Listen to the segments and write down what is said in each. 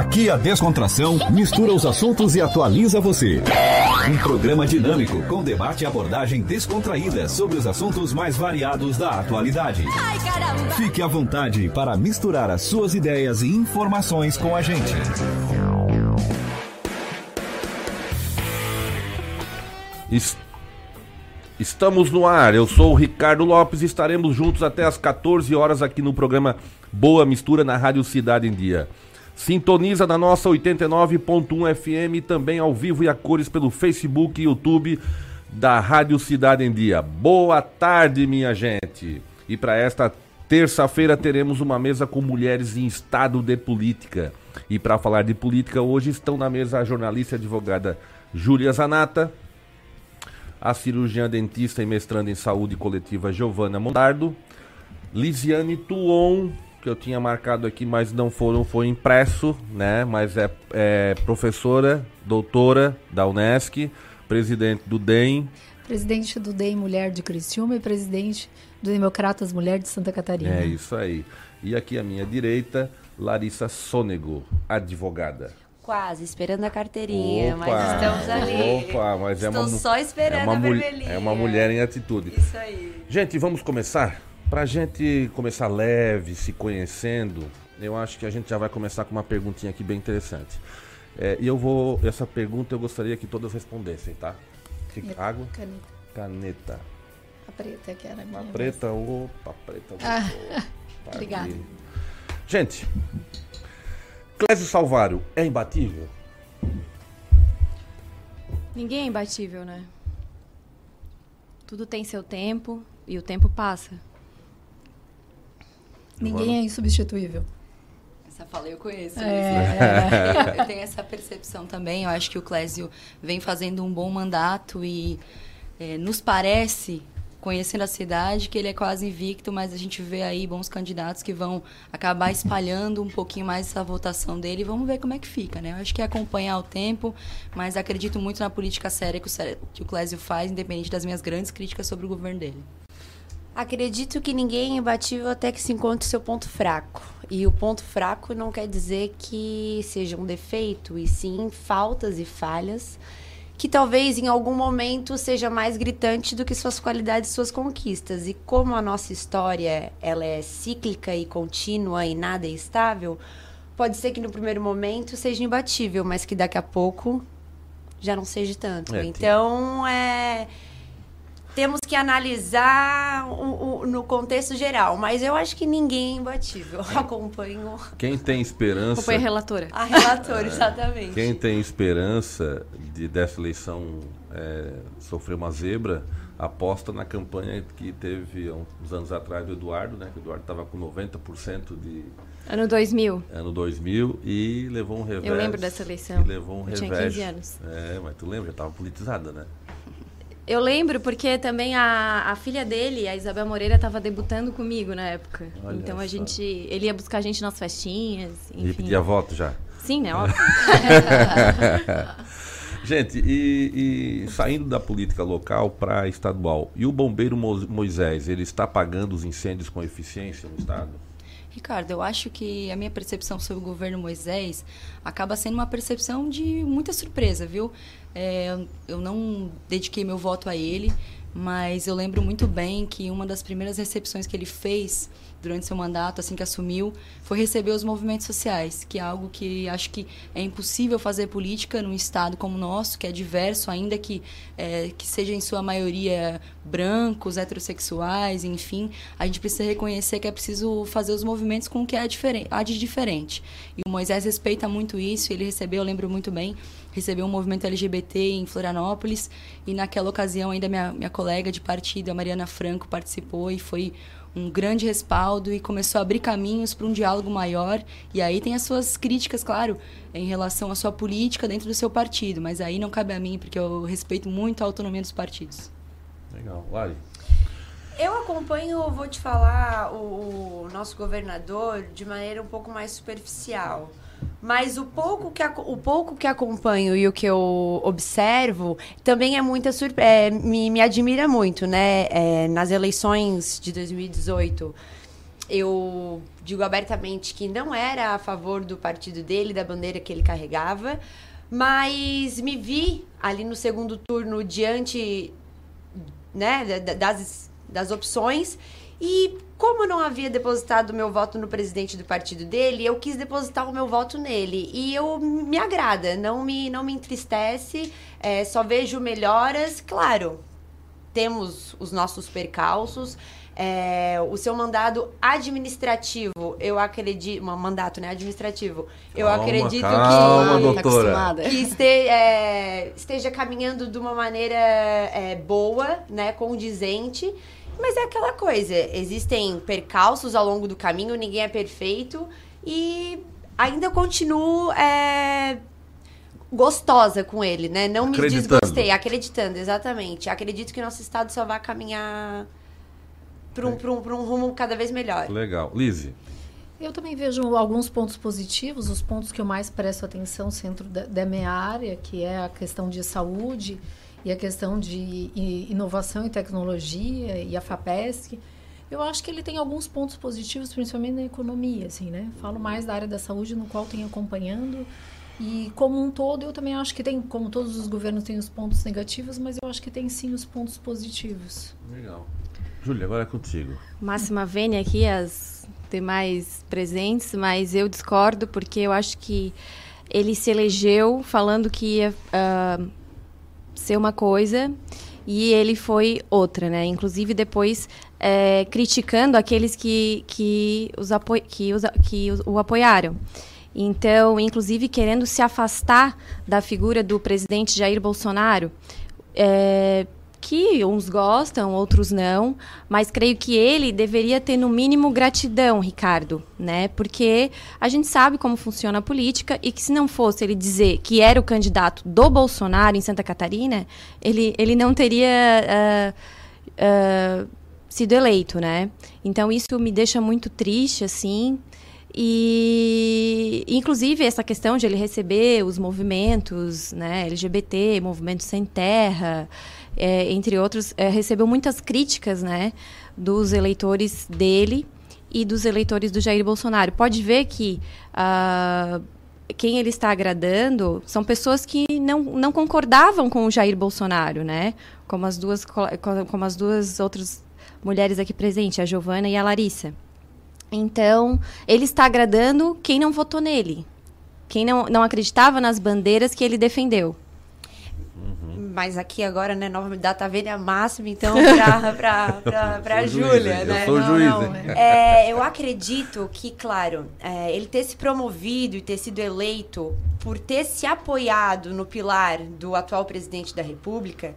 Aqui a descontração mistura os assuntos e atualiza você. Um programa dinâmico com debate e abordagem descontraída sobre os assuntos mais variados da atualidade. Ai, caramba! Fique à vontade para misturar as suas ideias e informações com a gente. Estamos no ar, eu sou o Ricardo Lopes e estaremos juntos até às 14 horas aqui no programa Boa Mistura na Rádio Cidade em Dia. Sintoniza na nossa 89.1 FM e também ao vivo e a cores pelo Facebook e YouTube da Rádio Cidade em Dia. Boa tarde, minha gente! E para esta terça-feira teremos uma mesa com mulheres em estado de política. E para falar de política, hoje estão na mesa a jornalista e advogada Júlia Zanata, a cirurgiã dentista e mestranda em saúde coletiva Giovana Mondardo, Lisiane Tuon, que eu tinha marcado aqui, mas não foi impresso, né? Mas é professora, doutora da Unesc, presidente do DEM. Presidente do DEM Mulher de Criciúma e presidente do Democratas Mulher de Santa Catarina. É isso aí. E aqui à minha direita, Larissa Sônego, advogada. Quase, esperando a carteirinha, Opa, mas estamos ali. Opa, mas Estou só esperando a vermelhinha. É uma mulher em atitude. Isso aí. Gente, vamos começar? Pra gente começar leve, se conhecendo, eu acho que a gente já vai começar com uma perguntinha aqui bem interessante. Essa pergunta eu gostaria que todas respondessem, tá? Água? Caneta. A preta que era minha. A preta, opa, preta. Obrigada. Gente, Clésio Salvário é imbatível? Ninguém é imbatível, né? Tudo tem seu tempo e o tempo passa. Ninguém é insubstituível. Essa fala eu conheço. Eu tenho essa percepção também. Eu acho que o Clésio vem fazendo um bom mandato e nos parece, conhecendo a cidade, que ele é quase invicto, mas a gente vê aí bons candidatos que vão acabar espalhando um pouquinho mais essa votação dele. Vamos ver como é que fica, né? Eu acho que é acompanhar o tempo, mas acredito muito na política séria que o Clésio faz, independente das minhas grandes críticas sobre o governo dele. Acredito que ninguém é imbatível até que se encontre o seu ponto fraco. E o ponto fraco não quer dizer que seja um defeito, e sim faltas e falhas, que talvez em algum momento seja mais gritante do que suas qualidades e suas conquistas. E como a nossa história ela é cíclica e contínua e nada é estável, pode ser que no primeiro momento seja imbatível, mas que daqui a pouco já não seja tanto. Então, temos que analisar no contexto geral, mas eu acho que ninguém é imbatível. Acompanho. Quem tem esperança... Acompanha a relatora. A relatora, exatamente. Quem tem esperança dessa eleição sofrer uma zebra, aposta na campanha que teve uns anos atrás do Eduardo, né? Que o Eduardo estava com 90% de... Ano 2000. Ano 2000 e levou um revés. Eu lembro dessa eleição. Eu tinha 15 anos. Mas tu lembra? Já estava politizada, né? Eu lembro porque também a filha dele, a Isabel Moreira, estava debutando comigo na época. Olha então só. Ele ia buscar a gente nas festinhas, enfim. E pedia voto já? Sim, né? Óbvio. Gente, e saindo da política local para estadual, e o bombeiro Moisés, ele está apagando os incêndios com eficiência no estado? Ricardo, eu acho que a minha percepção sobre o governo Moisés acaba sendo uma percepção de muita surpresa, viu? Eu não dediquei meu voto a ele, mas eu lembro muito bem que uma das primeiras recepções que ele fez durante seu mandato, assim que assumiu, foi receber os movimentos sociais, que é algo que acho que é impossível fazer política num estado como o nosso, que é diverso, ainda que seja em sua maioria brancos, heterossexuais, enfim. A gente precisa reconhecer que é preciso fazer os movimentos com o que há de diferente. E o Moisés respeita muito isso, ele recebeu, eu lembro muito bem, recebeu um movimento LGBT em Florianópolis, e naquela ocasião ainda minha colega de partido, a Mariana Franco, participou e foi um grande respaldo e começou a abrir caminhos para um diálogo maior. E aí tem as suas críticas, claro, em relação à sua política dentro do seu partido, mas aí não cabe a mim, porque eu respeito muito a autonomia dos partidos. Legal. Lari? Eu acompanho, vou te falar, o nosso governador de maneira um pouco mais superficial. Mas o pouco que acompanho e o que eu observo também é muita surpresa, me admira muito, né? Nas eleições de 2018, eu digo abertamente que não era a favor do partido dele, da bandeira que ele carregava, mas me vi ali no segundo turno diante, né, das opções, e como não havia depositado o meu voto no presidente do partido dele, eu quis depositar o meu voto nele. E me agrada, não me entristece, só vejo melhoras. Claro, temos os nossos percalços. O seu mandado administrativo, eu acredito... Mandato, né? Administrativo. Eu acredito que esteja caminhando de uma maneira boa, né? Condizente. Mas é aquela coisa, existem percalços ao longo do caminho, ninguém é perfeito. E ainda continuo gostosa com ele, né? Não me desgostei, acreditando, exatamente. Acredito que nosso estado só vai caminhar para um rumo cada vez melhor. Legal. Lizzy? Eu também vejo alguns pontos positivos. Os pontos que eu mais presto atenção dentro da minha área, que é a questão de saúde e a questão de inovação e tecnologia e a FAPESC. Eu acho que ele tem alguns pontos positivos, principalmente na economia, assim, né? Falo mais da área da saúde, no qual tenho acompanhando. E, como um todo, eu também acho que tem, como todos os governos têm os pontos negativos, mas eu acho que tem, sim, os pontos positivos. Legal. Júlia, agora é contigo. Máxima vênia aqui, as demais presentes, mas eu discordo, porque eu acho que ele se elegeu falando que ia ser uma coisa e ele foi outra, né? Inclusive, depois criticando aqueles que o apoiaram. Então, inclusive, querendo se afastar da figura do presidente Jair Bolsonaro, que uns gostam, outros não, mas creio que ele deveria ter, no mínimo, gratidão, Ricardo, né? Porque a gente sabe como funciona a política e que, se não fosse ele dizer que era o candidato do Bolsonaro em Santa Catarina, ele não teria sido eleito, né? Então, isso me deixa muito triste, assim. E, inclusive, essa questão de ele receber os movimentos, né, LGBT, Movimento Sem Terra, entre outros, recebeu muitas críticas, né, dos eleitores dele e dos eleitores do Jair Bolsonaro. Pode ver que quem ele está agradando são pessoas que não concordavam com o Jair Bolsonaro, né, como as duas outras mulheres aqui presentes, a Giovana e a Larissa. Então, ele está agradando quem não votou nele, quem não acreditava nas bandeiras que ele defendeu. Mas aqui agora, né, nova data vênia máxima, então, para a Júlia, né? Eu sou o juiz. Eu acredito que, claro, ele ter se promovido e ter sido eleito por ter se apoiado no pilar do atual presidente da República,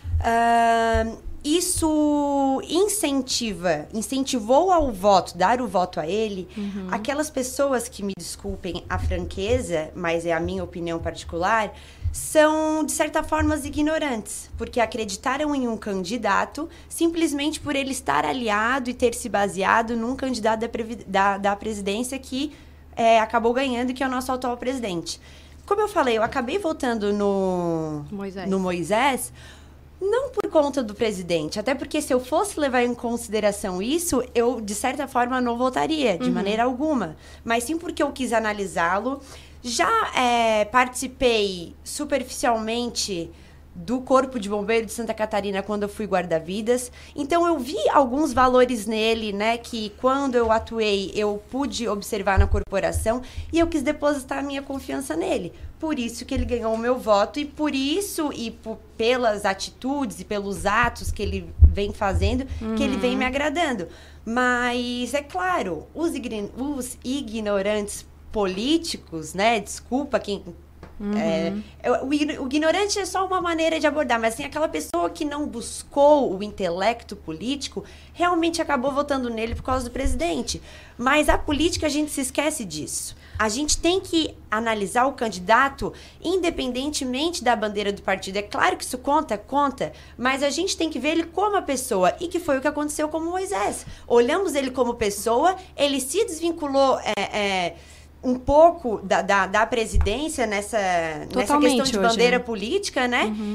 isso incentivou ao voto, dar o voto a ele, aquelas pessoas que, me desculpem a franqueza, mas é a minha opinião particular, são, de certa forma, ignorantes, porque acreditaram em um candidato simplesmente por ele estar aliado e ter se baseado num candidato da presidência que acabou ganhando, que é o nosso atual presidente. Como eu falei, eu acabei votando no Moisés, não por conta do presidente, até porque se eu fosse levar em consideração isso, eu, de certa forma, não votaria, de maneira alguma. Mas sim porque eu quis analisá-lo. Já participei superficialmente do Corpo de Bombeiro de Santa Catarina quando eu fui guarda-vidas. Então, eu vi alguns valores nele, né, que quando eu atuei, eu pude observar na corporação e eu quis depositar a minha confiança nele. Por isso que ele ganhou o meu voto e por isso, pelas atitudes e pelos atos que ele vem fazendo, que ele vem me agradando. Mas, é claro, os ignorantes políticos, né, desculpa quem... o ignorante é só uma maneira de abordar, mas assim, aquela pessoa que não buscou o intelecto político realmente acabou votando nele por causa do presidente. Mas a política, a gente se esquece disso. A gente tem que analisar o candidato independentemente da bandeira do partido. É claro que isso conta, mas a gente tem que ver ele como a pessoa, e que foi o que aconteceu com o Moisés. Olhamos ele como pessoa, ele se desvinculou um pouco da presidência nessa questão de bandeira política, né?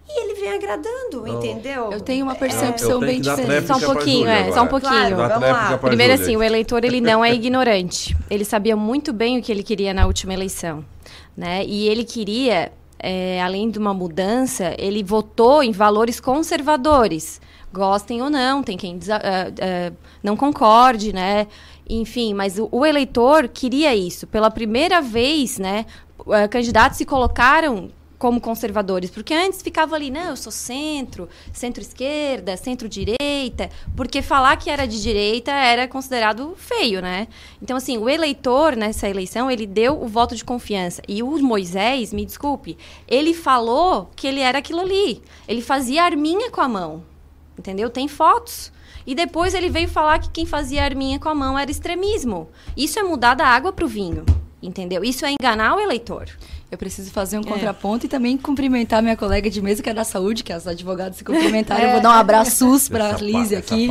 e ele vem agradando, entendeu? Eu tenho uma percepção bem diferente. Só um pouquinho, só um pouquinho. Claro, vamos lá. Primeiro assim, o eleitor ele não é ignorante. Ele sabia muito bem o que ele queria na última eleição, né? E ele queria, além de uma mudança, ele votou em valores conservadores. Gostem ou não, tem quem não concorde, né? Enfim, mas o eleitor queria isso. Pela primeira vez, né, candidatos se colocaram como conservadores, porque antes ficava ali, não, eu sou centro-esquerda, centro-direita, porque falar que era de direita era considerado feio, né? Então, assim, o eleitor, nessa eleição, ele deu o voto de confiança. E o Moisés, me desculpe, ele falou que ele era aquilo ali. Ele fazia arminha com a mão, entendeu? Tem fotos. E depois ele veio falar que quem fazia arminha com a mão era extremismo. Isso é mudar da água para o vinho, entendeu? Isso é enganar o eleitor. Eu preciso fazer um contraponto e também cumprimentar minha colega de mesa, que é da saúde, que as advogadas se cumprimentaram. Eu vou dar um abraço para a Lise aqui.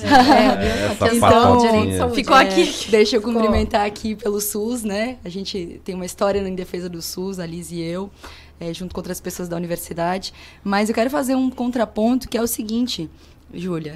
Então, ficou aqui. Deixa eu cumprimentar aqui pelo SUS, né? A gente tem uma história em defesa do SUS, a Lise e eu, junto com outras pessoas da universidade. Mas eu quero fazer um contraponto, que é o seguinte, Júlia.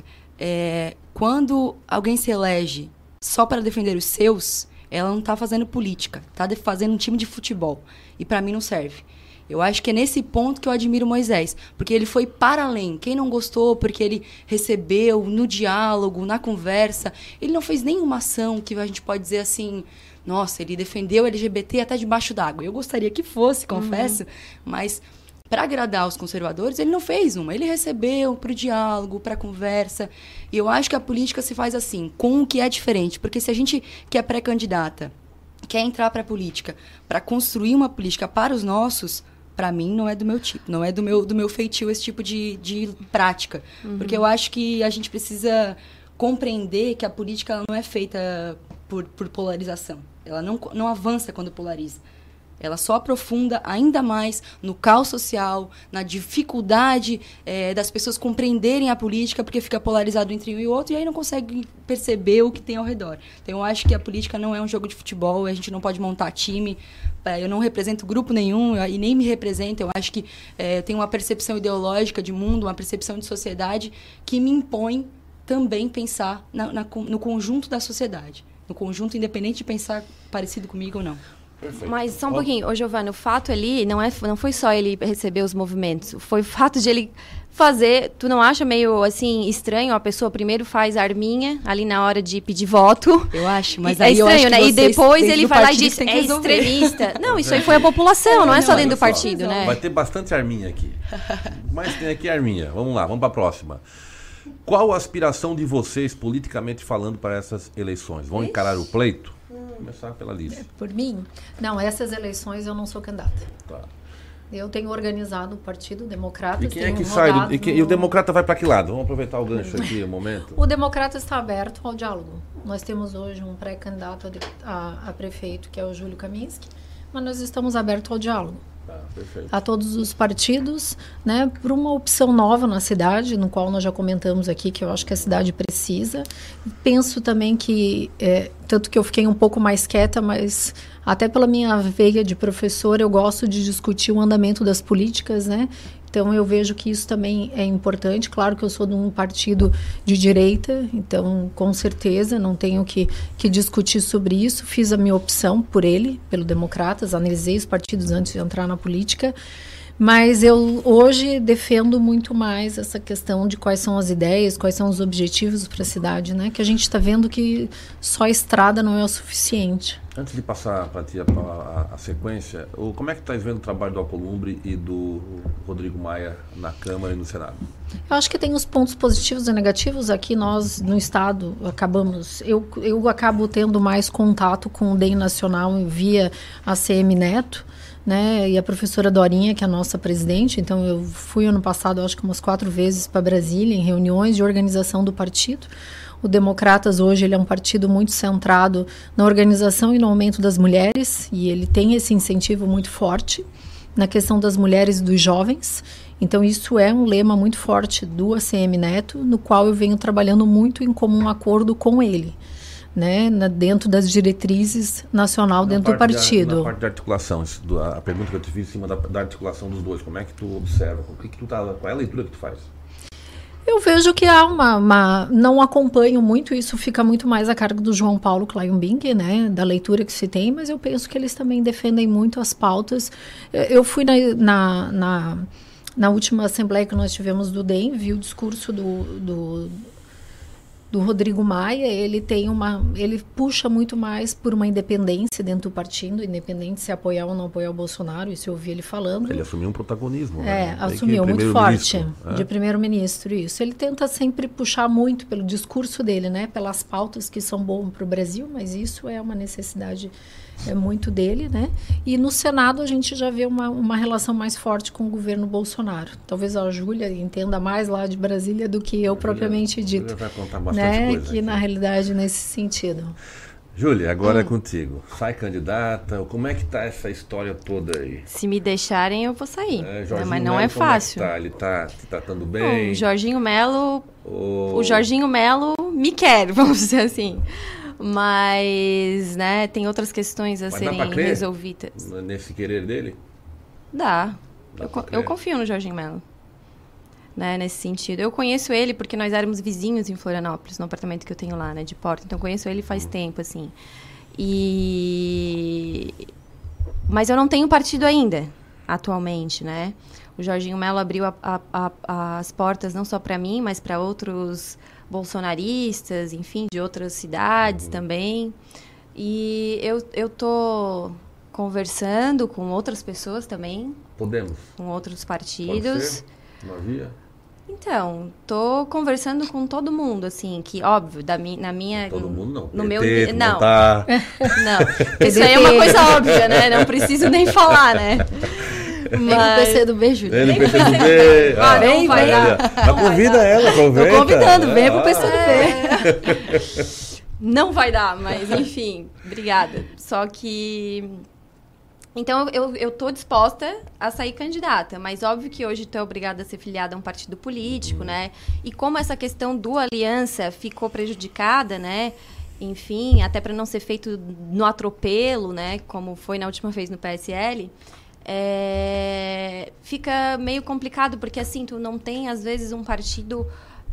Quando alguém se elege só para defender os seus, ela não está fazendo política, está fazendo um time de futebol. E para mim não serve. Eu acho que é nesse ponto que eu admiro Moisés, porque ele foi para além. Quem não gostou porque ele recebeu no diálogo, na conversa, ele não fez nenhuma ação que a gente pode dizer assim, nossa, ele defendeu o LGBT até debaixo d'água. Eu gostaria que fosse, confesso, mas para agradar os conservadores, ele não fez uma. Ele recebeu para o diálogo, para a conversa. E eu acho que a política se faz assim, com o que é diferente. Porque se a gente que é pré-candidata quer entrar para a política, para construir uma política para os nossos, para mim não é do meu tipo, não é do meu feitio esse tipo de prática. Porque eu acho que a gente precisa compreender que a política ela não é feita por polarização. Ela não avança quando polariza. Ela só aprofunda ainda mais no caos social, na dificuldade das pessoas compreenderem a política, porque fica polarizado entre um e outro, e aí não consegue perceber o que tem ao redor. Então, eu acho que a política não é um jogo de futebol, a gente não pode montar time. Eu não represento grupo nenhum e nem me represento. Eu acho que eu tenho uma percepção ideológica de mundo, uma percepção de sociedade que me impõe também pensar no conjunto da sociedade. No conjunto, independente de pensar parecido comigo ou não. Perfeito. Mas só um pouquinho, Giovana, o fato ali não foi só ele receber os movimentos, foi o fato de ele fazer, tu não acha meio assim estranho, a pessoa primeiro faz a arminha ali na hora de pedir voto? Eu acho, mas aí eu estranho, acho que né? E depois ele vai lá e diz, é extremista. Não, isso aí foi a população, não é só dentro do partido, né? Vai ter bastante arminha aqui. Mas tem aqui arminha. Vamos lá, vamos para a próxima. Qual a aspiração de vocês, politicamente falando, para essas eleições? Vão encarar o pleito? Vou começar pela Lise. Por mim? Não, essas eleições eu não sou candidata. Tá. Eu tenho organizado o Partido Democrata. E quem é que sai? E o Democrata vai para que lado? Vamos aproveitar o gancho aqui, um momento. O Democrata está aberto ao diálogo. Nós temos hoje um pré-candidato a prefeito, que é o Júlio Kaminski, mas nós estamos abertos ao diálogo. Perfeito. A todos os partidos, né, por uma opção nova na cidade, no qual nós já comentamos aqui, que eu acho que a cidade precisa. Penso também que, tanto que eu fiquei um pouco mais quieta, mas até pela minha veia de professor, eu gosto de discutir o andamento das políticas, né? Então, eu vejo que isso também é importante. Claro que eu sou de um partido de direita, então, com certeza, não tenho que discutir sobre isso. Fiz a minha opção por ele, pelo Democratas, analisei os partidos antes de entrar na política. Mas eu hoje defendo muito mais essa questão de quais são as ideias, quais são os objetivos para a cidade, né? Que a gente está vendo que só a estrada não é o suficiente. Antes de passar para ti a sequência, como é que está vendo o trabalho do Alcolumbre e do Rodrigo Maia na Câmara e no Senado? Eu acho que tem os pontos positivos e negativos. Aqui nós, no Estado, eu acabo tendo mais contato com o DEM Nacional via ACM Neto, né, e a professora Dorinha, que é a nossa presidente. Então, eu fui ano passado, acho que umas 4 vezes para Brasília, em reuniões de organização do partido. O Democratas, hoje, ele é um partido muito centrado na organização e no aumento das mulheres, e ele tem esse incentivo muito forte na questão das mulheres e dos jovens. Então, isso é um lema muito forte do ACM Neto, no qual eu venho trabalhando muito em comum acordo com ele. né, dentro das diretrizes nacional dentro do partido. Na parte da articulação, a pergunta que eu te fiz em cima da articulação dos dois, como é que tu observa? Qual é a leitura que tu faz? Eu vejo que há não acompanho muito, isso fica muito mais a cargo do João Paulo Kleinbing, né, da leitura que se tem, mas eu penso que eles também defendem muito as pautas. Eu fui na última assembleia que nós tivemos do DEM, vi o discurso do Rodrigo Maia. Ele puxa muito mais por uma independência dentro do partido, independente se apoiar ou não apoiar o Bolsonaro, isso eu ouvi ele falando. Ele assumiu um protagonismo. Né? Assumiu muito forte, de primeiro-ministro, isso. Ele tenta sempre puxar muito pelo discurso dele, né, pelas pautas que são boas para o Brasil, mas isso é uma necessidade muito dele, né? E no Senado a gente já vê uma relação mais forte com o governo Bolsonaro. Talvez a Júlia entenda mais lá de Brasília do que eu propriamente dito. Júlia vai contar bastante coisa. Que na realidade nesse sentido. Júlia, agora é contigo. Sai candidata, como é que tá essa história toda aí? Se me deixarem, eu vou sair. Mas não Melo, é fácil. Ele tá te tratando bem? O Jorginho Melo... O Jorginho Melo me quer, vamos dizer assim. Mas, né, tem outras questões a serem resolvidas. Nesse querer dele? Dá. Eu confio no Jorginho Melo. Né, nesse sentido. Eu conheço ele porque nós éramos vizinhos em Florianópolis, no apartamento que eu tenho lá, né, de porta. Então, eu conheço ele faz tempo, assim. Mas eu não tenho partido ainda, atualmente, né? O Jorginho Melo abriu as portas não só para mim, mas para outros bolsonaristas, enfim, de outras cidades também. E eu tô conversando com outras pessoas também. Podemos. Com outros partidos. Não havia? Então, tô conversando com todo mundo, assim, que, óbvio, na minha... Todo mundo não. No PT, meu... Não. Tá... Não. Isso aí é uma coisa óbvia, né? Não preciso nem falar, né? Mas... PC do B, Júlia. Vem pro PC do B. Vem, vai dar. Mas convida ela, aproveita. Tô convidando, vem pro PC do B. Não vai dar, mas enfim, obrigada. Só que... Então, eu tô disposta a sair candidata, mas óbvio que hoje tô obrigada a ser filiada a um partido político, né? E como essa questão do aliança ficou prejudicada, né? Enfim, até para não ser feito no atropelo, né? Como foi na última vez no PSL, fica meio complicado, porque assim, tu não tem, às vezes, um partido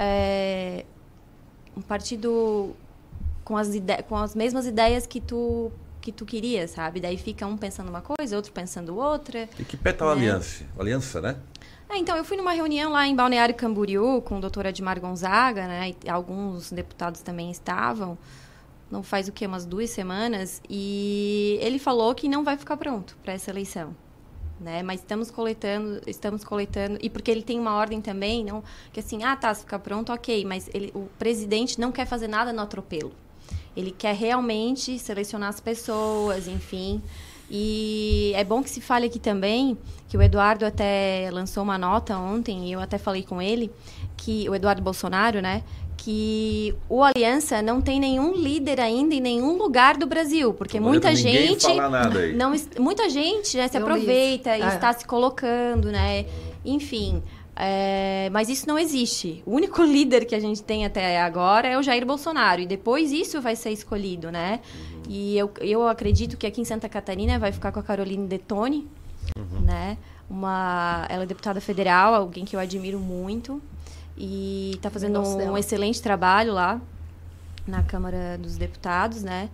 com as mesmas ideias que tu queria, sabe? Daí fica um pensando uma coisa, outro pensando outra. E que pé tá a aliança, né? Então, eu fui numa reunião lá em Balneário Camboriú com o doutor Admar Gonzaga, né? E alguns deputados também estavam. Não faz o quê? Umas 2 semanas. E ele falou que não vai ficar pronto para essa eleição. Né? Mas estamos coletando, e porque ele tem uma ordem também, não, que assim, se ficar pronto, ok, mas o presidente não quer fazer nada no atropelo. Ele quer realmente selecionar as pessoas, enfim. E é bom que se fale aqui também, que o Eduardo até lançou uma nota ontem, e eu até falei com ele, que o Eduardo Bolsonaro, né, que o Aliança não tem nenhum líder ainda em nenhum lugar do Brasil, porque muita gente muita gente, né, se aproveita e está se colocando, né, enfim. Mas isso não existe. O único líder que a gente tem até agora é o Jair Bolsonaro, e depois isso vai ser escolhido, né? E eu acredito que aqui em Santa Catarina vai ficar com a Caroline Detoni, né? Ela é deputada federal, alguém que eu admiro muito, e está fazendo um excelente trabalho lá na Câmara dos Deputados, né?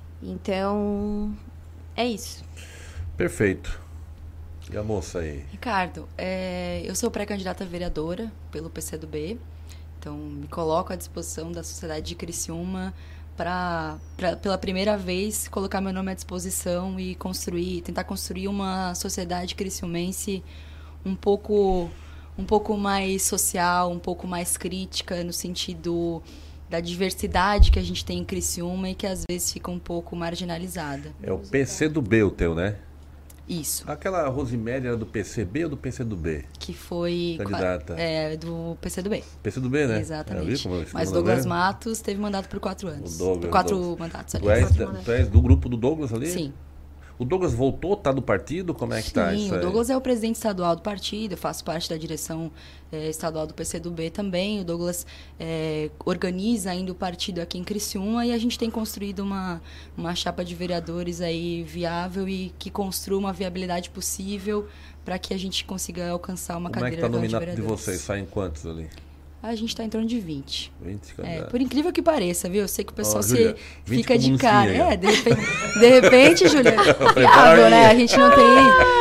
Então, é isso. Perfeito. E a moça aí? Ricardo, eu sou pré-candidata a vereadora pelo PCdoB, então me coloco à disposição da sociedade de Criciúma para, pela primeira vez, colocar meu nome à disposição e tentar construir uma sociedade criciumense um pouco mais social, um pouco mais crítica, no sentido da diversidade que a gente tem em Criciúma e que às vezes fica um pouco marginalizada. É o PCdoB o teu, né? Isso. Aquela Rosiméria era do PCB ou do PCdoB? Que foi... Candidata. Do PCdoB. PCdoB, né? Exatamente. Mas Douglas Matos teve mandato por 4 anos. O Douglas. Por 4 mandatos, Tu és do grupo do Douglas ali? Sim. O Douglas voltou, tá do partido? Como é que tá isso Sim, aí? o Douglas é o presidente estadual do partido, eu faço parte da direção estadual do PCdoB também. O Douglas organiza ainda o partido aqui em Criciúma e a gente tem construído uma chapa de vereadores aí viável e que construa uma viabilidade possível para que a gente consiga alcançar uma Como é que cadeira tá no de nominato de vereadores. vocês? Saem quantos ali? A gente está em torno de 20. 20 candidatos. Por incrível que pareça, viu? Eu sei que o pessoal Júlia, 20 fica de como cara. Lucinha aí, ó. De repente, Júlia, viável, né? A gente não tem...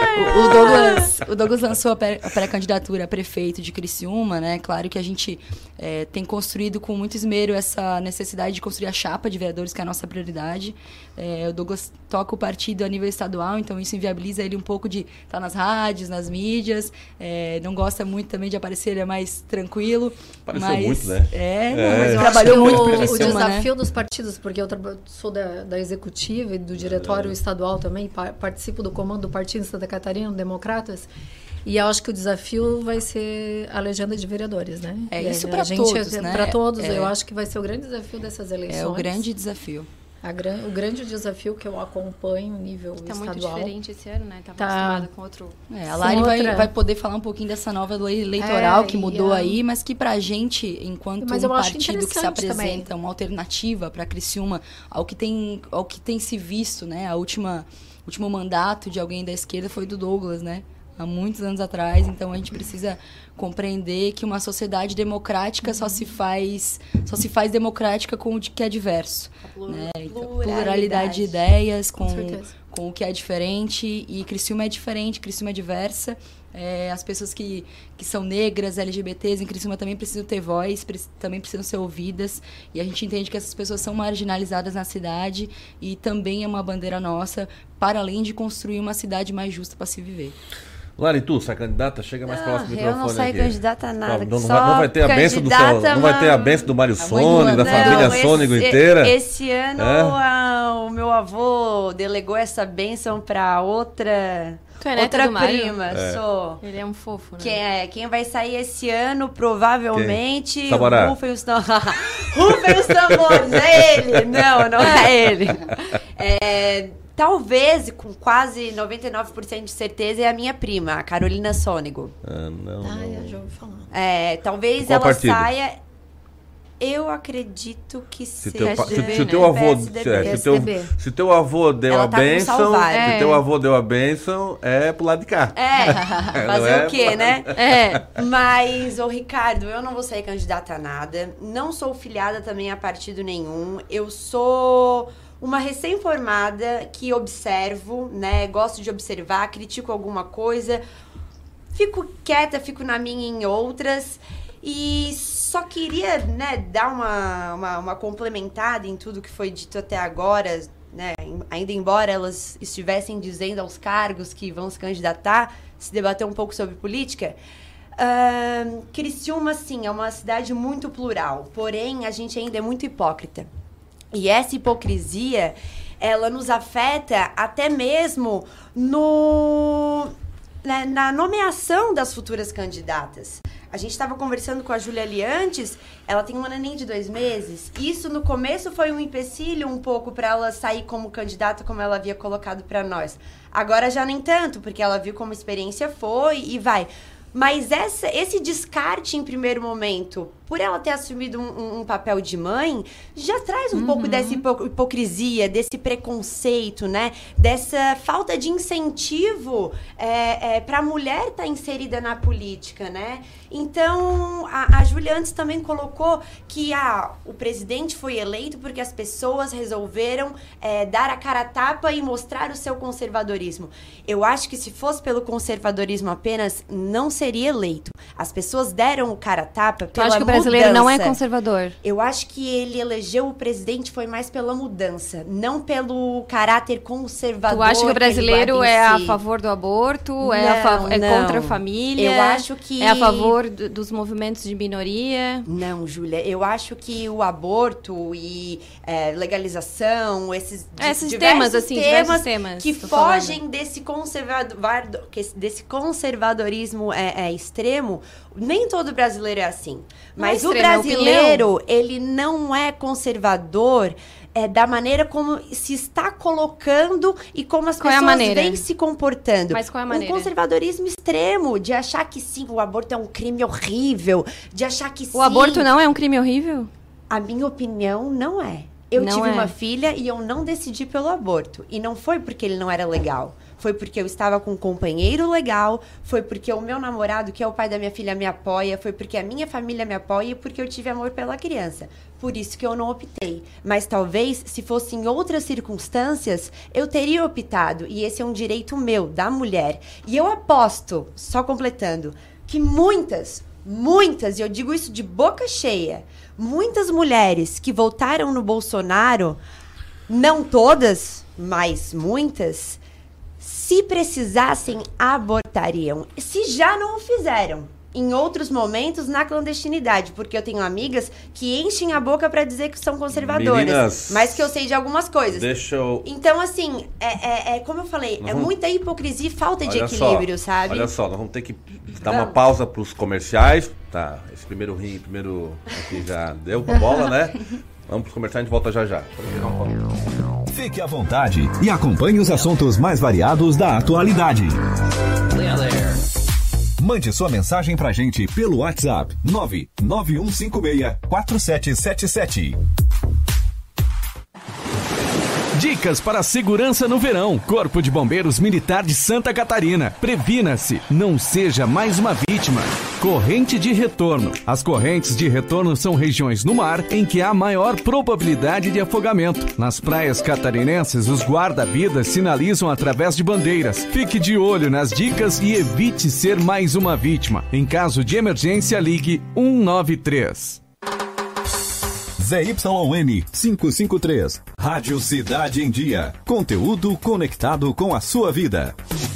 O Douglas lançou a pré-candidatura a prefeito de Criciúma, né? Claro que a gente tem construído com muito esmero essa necessidade de construir a chapa de vereadores, que é a nossa prioridade. O Douglas toca o partido a nível estadual, então isso inviabiliza ele um pouco de estar nas rádios, nas mídias. Não gosta muito também de aparecer, ele é mais tranquilo. Apareceu muito, né? Mas Eu trabalhou acho que muito por o Criciúma, desafio dos partidos, porque eu sou da executiva e do diretório estadual também, participo do comando do partido em Santa Catarina, Democratas, e eu acho que o desafio vai ser a legenda de vereadores, né? Isso para todos, né? Para todos, eu acho que vai ser o grande desafio dessas eleições. É o grande desafio. O grande desafio que eu acompanho no nível estadual. Tá muito diferente esse ano, né? Tá acostumada com outro... A Lari vai poder falar um pouquinho dessa nova lei eleitoral que mudou aí, mas que pra gente, enquanto um partido que se apresenta também uma alternativa para Criciúma ao que tem se visto, né? O último mandato de alguém da esquerda foi do Douglas, né? Há muitos anos atrás, então a gente precisa compreender que uma sociedade democrática só se faz democrática com o que é diverso, né? Pluralidade de ideias, com o que é diferente, e Criciúma é diferente, Criciúma é diversa. As pessoas que são negras, LGBTs em Criciúma também precisam ter voz, também precisam ser ouvidas, e a gente entende que essas pessoas são marginalizadas na cidade e também é uma bandeira nossa, para além de construir uma cidade mais justa para se viver. Lari, tu, sai candidata? Chega mais próximo do microfone. Eu não saio candidata a nada. Não vai ter a benção do céu, não vai ter a benção do Mário Sônico, da família Sônico inteira? Esse ano o meu avô delegou essa benção para outra prima. Sou. Ele é um fofo, né? Quem vai sair esse ano, provavelmente... Sabará. Rufem os tambores, é ele. Não é ele. Talvez, com quase 99% de certeza, é a minha prima, a Carolina Sônico. Eu já ouvi falar. Talvez qual ela partido? saia... Eu acredito que seja se o teu avô se teu avô deu a bênção, se teu avô deu a bênção, é pro lado de cá. Fazer o quê, né? Mas, Ricardo, eu não vou sair candidata a nada. Não sou filiada também a partido nenhum. Eu sou uma recém-formada que observo, né? Gosto de observar, critico alguma coisa, fico quieta, fico na minha em outras. E só queria, né, dar uma complementada em tudo que foi dito até agora, né, ainda embora elas estivessem dizendo aos cargos que vão se candidatar, se debater um pouco sobre política. Criciúma, sim, é uma cidade muito plural, porém a gente ainda é muito hipócrita. E essa hipocrisia, ela nos afeta até mesmo na nomeação das futuras candidatas. A gente estava conversando com a Júlia ali antes, ela tem uma neném de 2 meses. Isso no começo foi um empecilho um pouco para ela sair como candidata, como ela havia colocado para nós. Agora já nem tanto, porque ela viu como a experiência foi e vai. Mas esse descarte em primeiro momento, por ela ter assumido um papel de mãe, já traz um pouco dessa hipocrisia, desse preconceito, né? Dessa falta de incentivo para a mulher estar inserida na política, né? Então, a Júlia antes também colocou que o presidente foi eleito porque as pessoas resolveram dar a cara a tapa e mostrar o seu conservadorismo. Eu acho que se fosse pelo conservadorismo apenas, não seria eleito. As pessoas deram o cara a tapa pela mudança. Tu acha que o brasileiro não é conservador? Eu acho que ele elegeu o presidente foi mais pela mudança, não pelo caráter conservador. Tu acha que o brasileiro é a favor do aborto? É contra a família? Eu acho que... É a favor dos movimentos de minoria? Não, Júlia. Eu acho que o aborto e legalização, esses diversos temas que fogem desse conservadorismo extremo, nem todo brasileiro é assim. Mas o brasileiro, ele não é conservador da maneira como se está colocando e como as pessoas vêm se comportando. Mas qual é a maneira? Um conservadorismo extremo, de achar que sim, o aborto é um crime horrível, de achar que sim... O aborto não é um crime horrível? A minha opinião não é. Eu tive uma filha e eu não decidi pelo aborto. E não foi porque ele não era legal. Foi porque eu estava com um companheiro legal, foi porque o meu namorado, que é o pai da minha filha, me apoia, foi porque a minha família me apoia e porque eu tive amor pela criança. Por isso que eu não optei. Mas talvez, se fosse em outras circunstâncias, eu teria optado. E esse é um direito meu, da mulher. E eu aposto, só completando, que muitas, e eu digo isso de boca cheia, muitas mulheres que votaram no Bolsonaro, não todas, mas muitas, se precisassem, abortariam. Se já não o fizeram. Em outros momentos, na clandestinidade. Porque eu tenho amigas que enchem a boca para dizer que são conservadoras. Meninas, mas que eu sei de algumas coisas. Então, assim, como eu falei, é muita hipocrisia e falta de equilíbrio, sabe? Olha só, nós vamos ter que dar uma pausa para os comerciais. Tá, esse primeiro aqui já deu pra bola, né? Vamos para os comerciais, a gente volta já já. Fique à vontade e acompanhe os assuntos mais variados da atualidade. Mande sua mensagem pra gente pelo WhatsApp 991564777. Dicas para a segurança no verão. Corpo de Bombeiros Militar de Santa Catarina. Previna-se, não seja mais uma vítima. Corrente de retorno. As correntes de retorno são regiões no mar em que há maior probabilidade de afogamento. Nas praias catarinenses, os guarda-vidas sinalizam através de bandeiras. Fique de olho nas dicas e evite ser mais uma vítima. Em caso de emergência, ligue 193. ZYN 553. Rádio Cidade em Dia. Conteúdo conectado com a sua vida.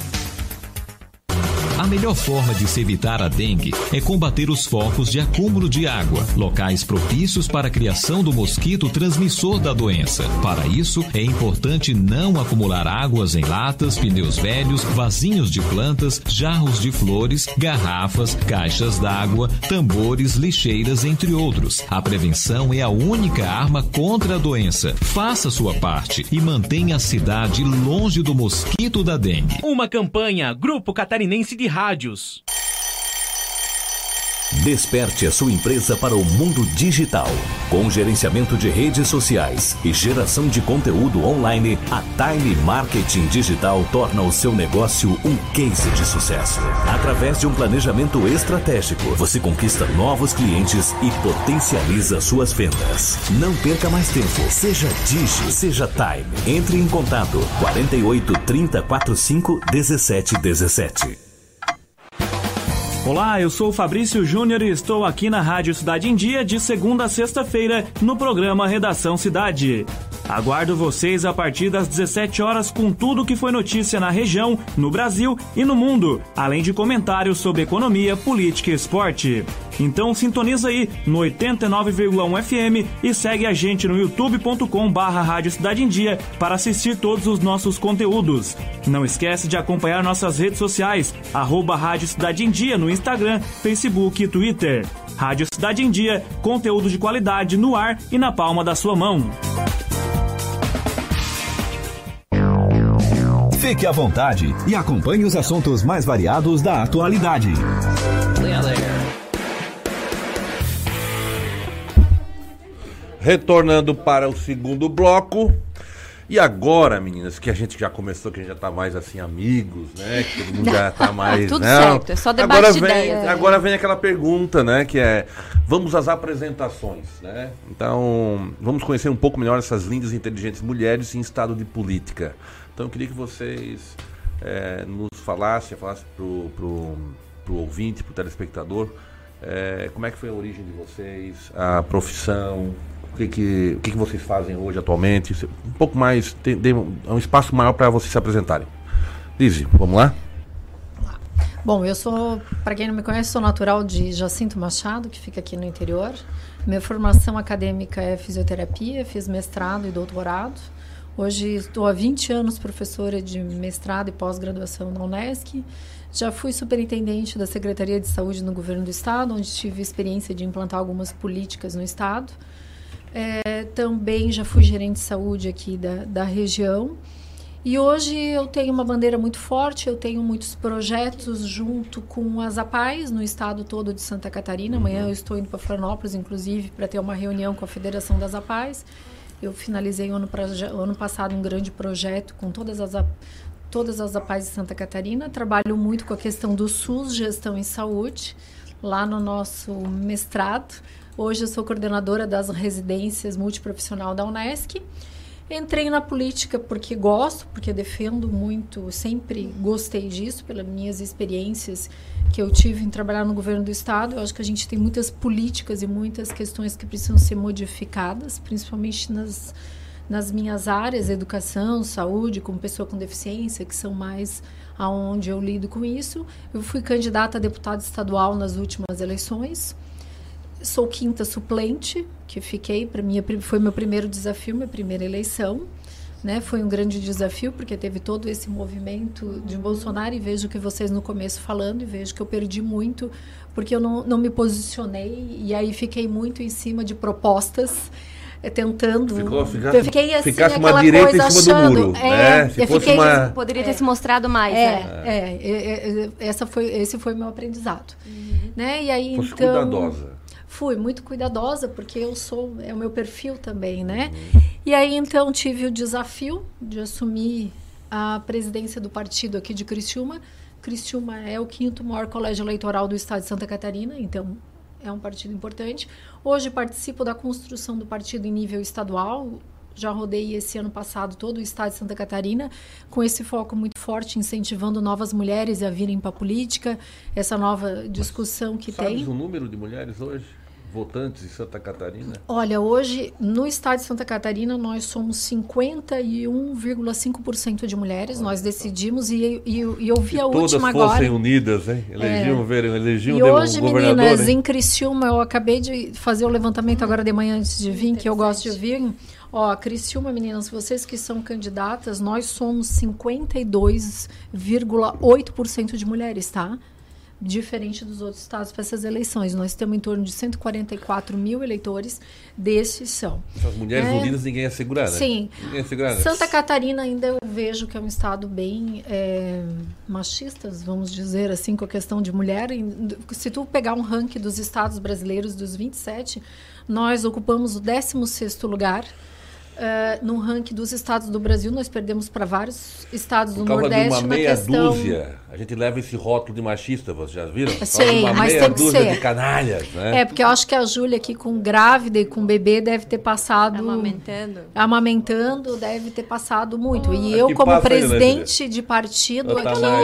A melhor forma de se evitar a dengue é combater os focos de acúmulo de água, locais propícios para a criação do mosquito transmissor da doença. Para isso, é importante não acumular águas em latas, pneus velhos, vasinhos de plantas, jarros de flores, garrafas, caixas d'água, tambores, lixeiras, entre outros. A prevenção é a única arma contra a doença. Faça sua parte e mantenha a cidade longe do mosquito da dengue. Uma campanha Grupo Catarinense de Rádios. Desperte a sua empresa para o mundo digital. Com gerenciamento de redes sociais e geração de conteúdo online, a Time Marketing Digital torna o seu negócio um case de sucesso. Através de um planejamento estratégico, você conquista novos clientes e potencializa suas vendas. Não perca mais tempo. Seja Digi, seja Time. Entre em contato 48 30 45 17 17. Olá, eu sou o Fabrício Júnior e estou aqui na Rádio Cidade em Dia de segunda a sexta-feira no programa Redação Cidade. Aguardo vocês a partir das 17 horas com tudo que foi notícia na região, no Brasil e no mundo, além de comentários sobre economia, política e esporte. Então sintoniza aí no 89,1 FM e segue a gente no youtube.com/Rádio Cidade em Dia para assistir todos os nossos conteúdos. Não esquece de acompanhar nossas redes sociais, @Rádio Cidade em Dia no Instagram, Facebook e Twitter. Rádio Cidade em Dia, conteúdo de qualidade no ar e na palma da sua mão. Fique à vontade e acompanhe os assuntos mais variados da atualidade. Retornando para o segundo bloco. E agora, meninas, que a gente já começou, que a gente já tá mais assim, amigos, né? Que todo mundo já tá mais... Tudo certo, é só debate de ideias. Agora vem aquela pergunta, né? Que é, vamos às apresentações, né? Então, vamos conhecer um pouco melhor essas lindas e inteligentes mulheres em estado de política. Então, eu queria que vocês nos falassem pro ouvinte, pro telespectador, como é que foi a origem de vocês, a profissão... O que vocês fazem hoje, atualmente? Um pouco mais, um espaço maior para vocês se apresentarem. Lizzy, vamos lá? Bom, eu sou, para quem não me conhece, sou natural de Jacinto Machado, que fica aqui no interior. Minha formação acadêmica é fisioterapia, fiz mestrado e doutorado. Hoje estou há 20 anos professora de mestrado e pós-graduação na Unesc. Já fui superintendente da Secretaria de Saúde no Governo do Estado, onde tive experiência de implantar algumas políticas no Estado. Também já fui gerente de saúde aqui da região. E hoje eu tenho uma bandeira muito forte, eu tenho muitos projetos junto com as APAES no estado todo de Santa Catarina. Amanhã eu estou indo para Florianópolis, inclusive, para ter uma reunião com a Federação das APAES. Eu finalizei ano passado um grande projeto com todas as APAES de Santa Catarina. Trabalho muito com a questão do SUS, gestão em saúde, lá no nosso mestrado. Hoje eu sou coordenadora das residências multiprofissional da Unesc. Entrei na política porque gosto, porque defendo muito, sempre gostei disso, pelas minhas experiências que eu tive em trabalhar no governo do estado. Eu acho que a gente tem muitas políticas e muitas questões que precisam ser modificadas, principalmente nas minhas áreas, educação, saúde, como pessoa com deficiência, que são mais aonde eu lido com isso. Eu fui candidata a deputada estadual nas últimas eleições. Sou quinta suplente, que fiquei, foi meu primeiro desafio, minha primeira eleição, né? Foi um grande desafio, porque teve todo esse movimento de Bolsonaro, e vejo que vocês no começo falando, e vejo que eu perdi muito, porque eu não me posicionei, e aí fiquei muito em cima de propostas, tentando... Fiquei assim, ficasse aquela uma direita coisa em cima achando... do muro, né? Se fosse uma... Poderia ter se mostrado mais, esse foi o meu aprendizado. Né? E aí, Fosse então... cuidadosa. Fui muito cuidadosa, porque é o meu perfil também, né? E aí, então, tive o desafio de assumir a presidência do partido aqui de Criciúma. Criciúma é o 5º maior colégio eleitoral do estado de Santa Catarina, então é um partido importante. Hoje participo da construção do partido em nível estadual. Já rodei esse ano passado todo o estado de Santa Catarina, com esse foco muito forte, incentivando novas mulheres a virem para a política, essa nova discussão que tem. Sabes o número de mulheres hoje, votantes em Santa Catarina? Olha, hoje, no estado de Santa Catarina, nós somos 51,5% de mulheres. Nós decidimos, e eu vi a última agora... Todas fossem unidas, hein? Elegiam e hoje, meninas, em Criciúma, eu acabei de fazer o levantamento agora de manhã antes de vir, que eu gosto de ouvir. Ó, Criciúma, meninas, vocês que são candidatas, nós somos 52,8% de mulheres, tá? Diferente dos outros estados para essas eleições. Nós temos em torno de 144 mil eleitores, desses são. Essas mulheres unidas ninguém ia segurar, né? Sim. Ninguém ia segurar, né? Santa Catarina ainda eu vejo que é um estado bem machista, vamos dizer assim, com a questão de mulher. Se tu pegar um ranking dos estados brasileiros, dos 27, nós ocupamos o 16º lugar. No ranking dos estados do Brasil, nós perdemos para vários estados do Nordeste. Por causa de uma meia dúzia, a gente leva esse rótulo de machista, vocês já viram? Sim, mas tem que ser. Meia dúzia de canalhas, né? Porque eu acho que a Júlia aqui com grávida e com bebê deve ter passado... Amamentando, deve ter passado muito. E eu, como presidente de partido...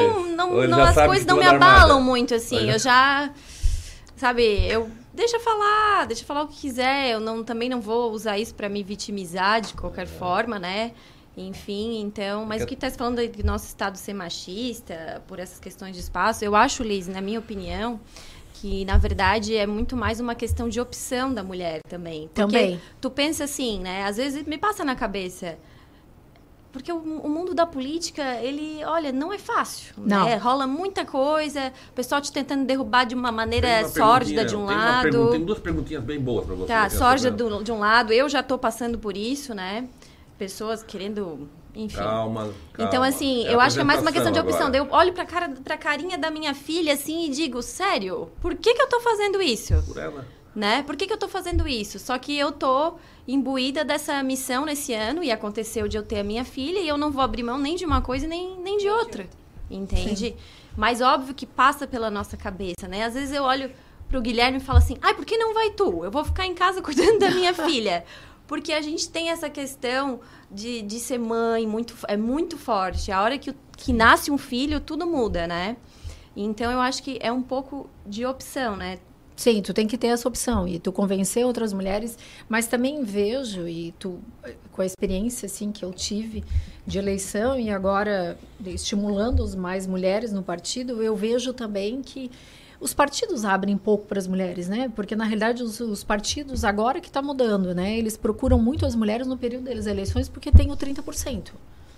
As coisas não me abalam muito, assim. Eu já... Sabe, deixa falar o que quiser. Eu também não vou usar isso para me vitimizar de qualquer forma, né? Enfim, então... Mas o que está falando de nosso estado ser machista, por essas questões de espaço, eu acho, Liz, na minha opinião, que, na verdade, é muito mais uma questão de opção da mulher também. Porque tu pensa assim, né? Às vezes me passa na cabeça... Porque o mundo da política, não é fácil. Não. Né? Rola muita coisa, o pessoal te tentando derrubar de uma maneira sórdida de um lado. Tem 2 perguntinhas bem boas para você. Tá, sórdida de um lado, eu já estou passando por isso, né? Pessoas querendo... Enfim. Calma. Então, assim, eu acho que é mais uma questão de opção. Agora. Eu olho pra carinha da minha filha, assim, e digo, sério, por que eu tô fazendo isso? Por ela. Né? Por que eu tô fazendo isso? Só que eu tô imbuída dessa missão nesse ano, e aconteceu de eu ter a minha filha, e eu não vou abrir mão nem de uma coisa nem de outra. Entende? Sim. Mas óbvio que passa pela nossa cabeça, né? Às vezes eu olho pro Guilherme e falo assim, por que não vai tu? Eu vou ficar em casa cuidando da minha filha. Porque a gente tem essa questão de ser mãe, é muito forte. A hora que nasce um filho, tudo muda, né? Então, eu acho que é um pouco de opção, né? Sim, tu tem que ter essa opção e tu convencer outras mulheres, mas também vejo, e tu, com a experiência assim, que eu tive de eleição e agora estimulando mais mulheres no partido, eu vejo também que os partidos abrem pouco para as mulheres, né? Porque, na realidade, os partidos agora que está mudando, né? Eles procuram muito as mulheres no período das eleições porque tem o 30%.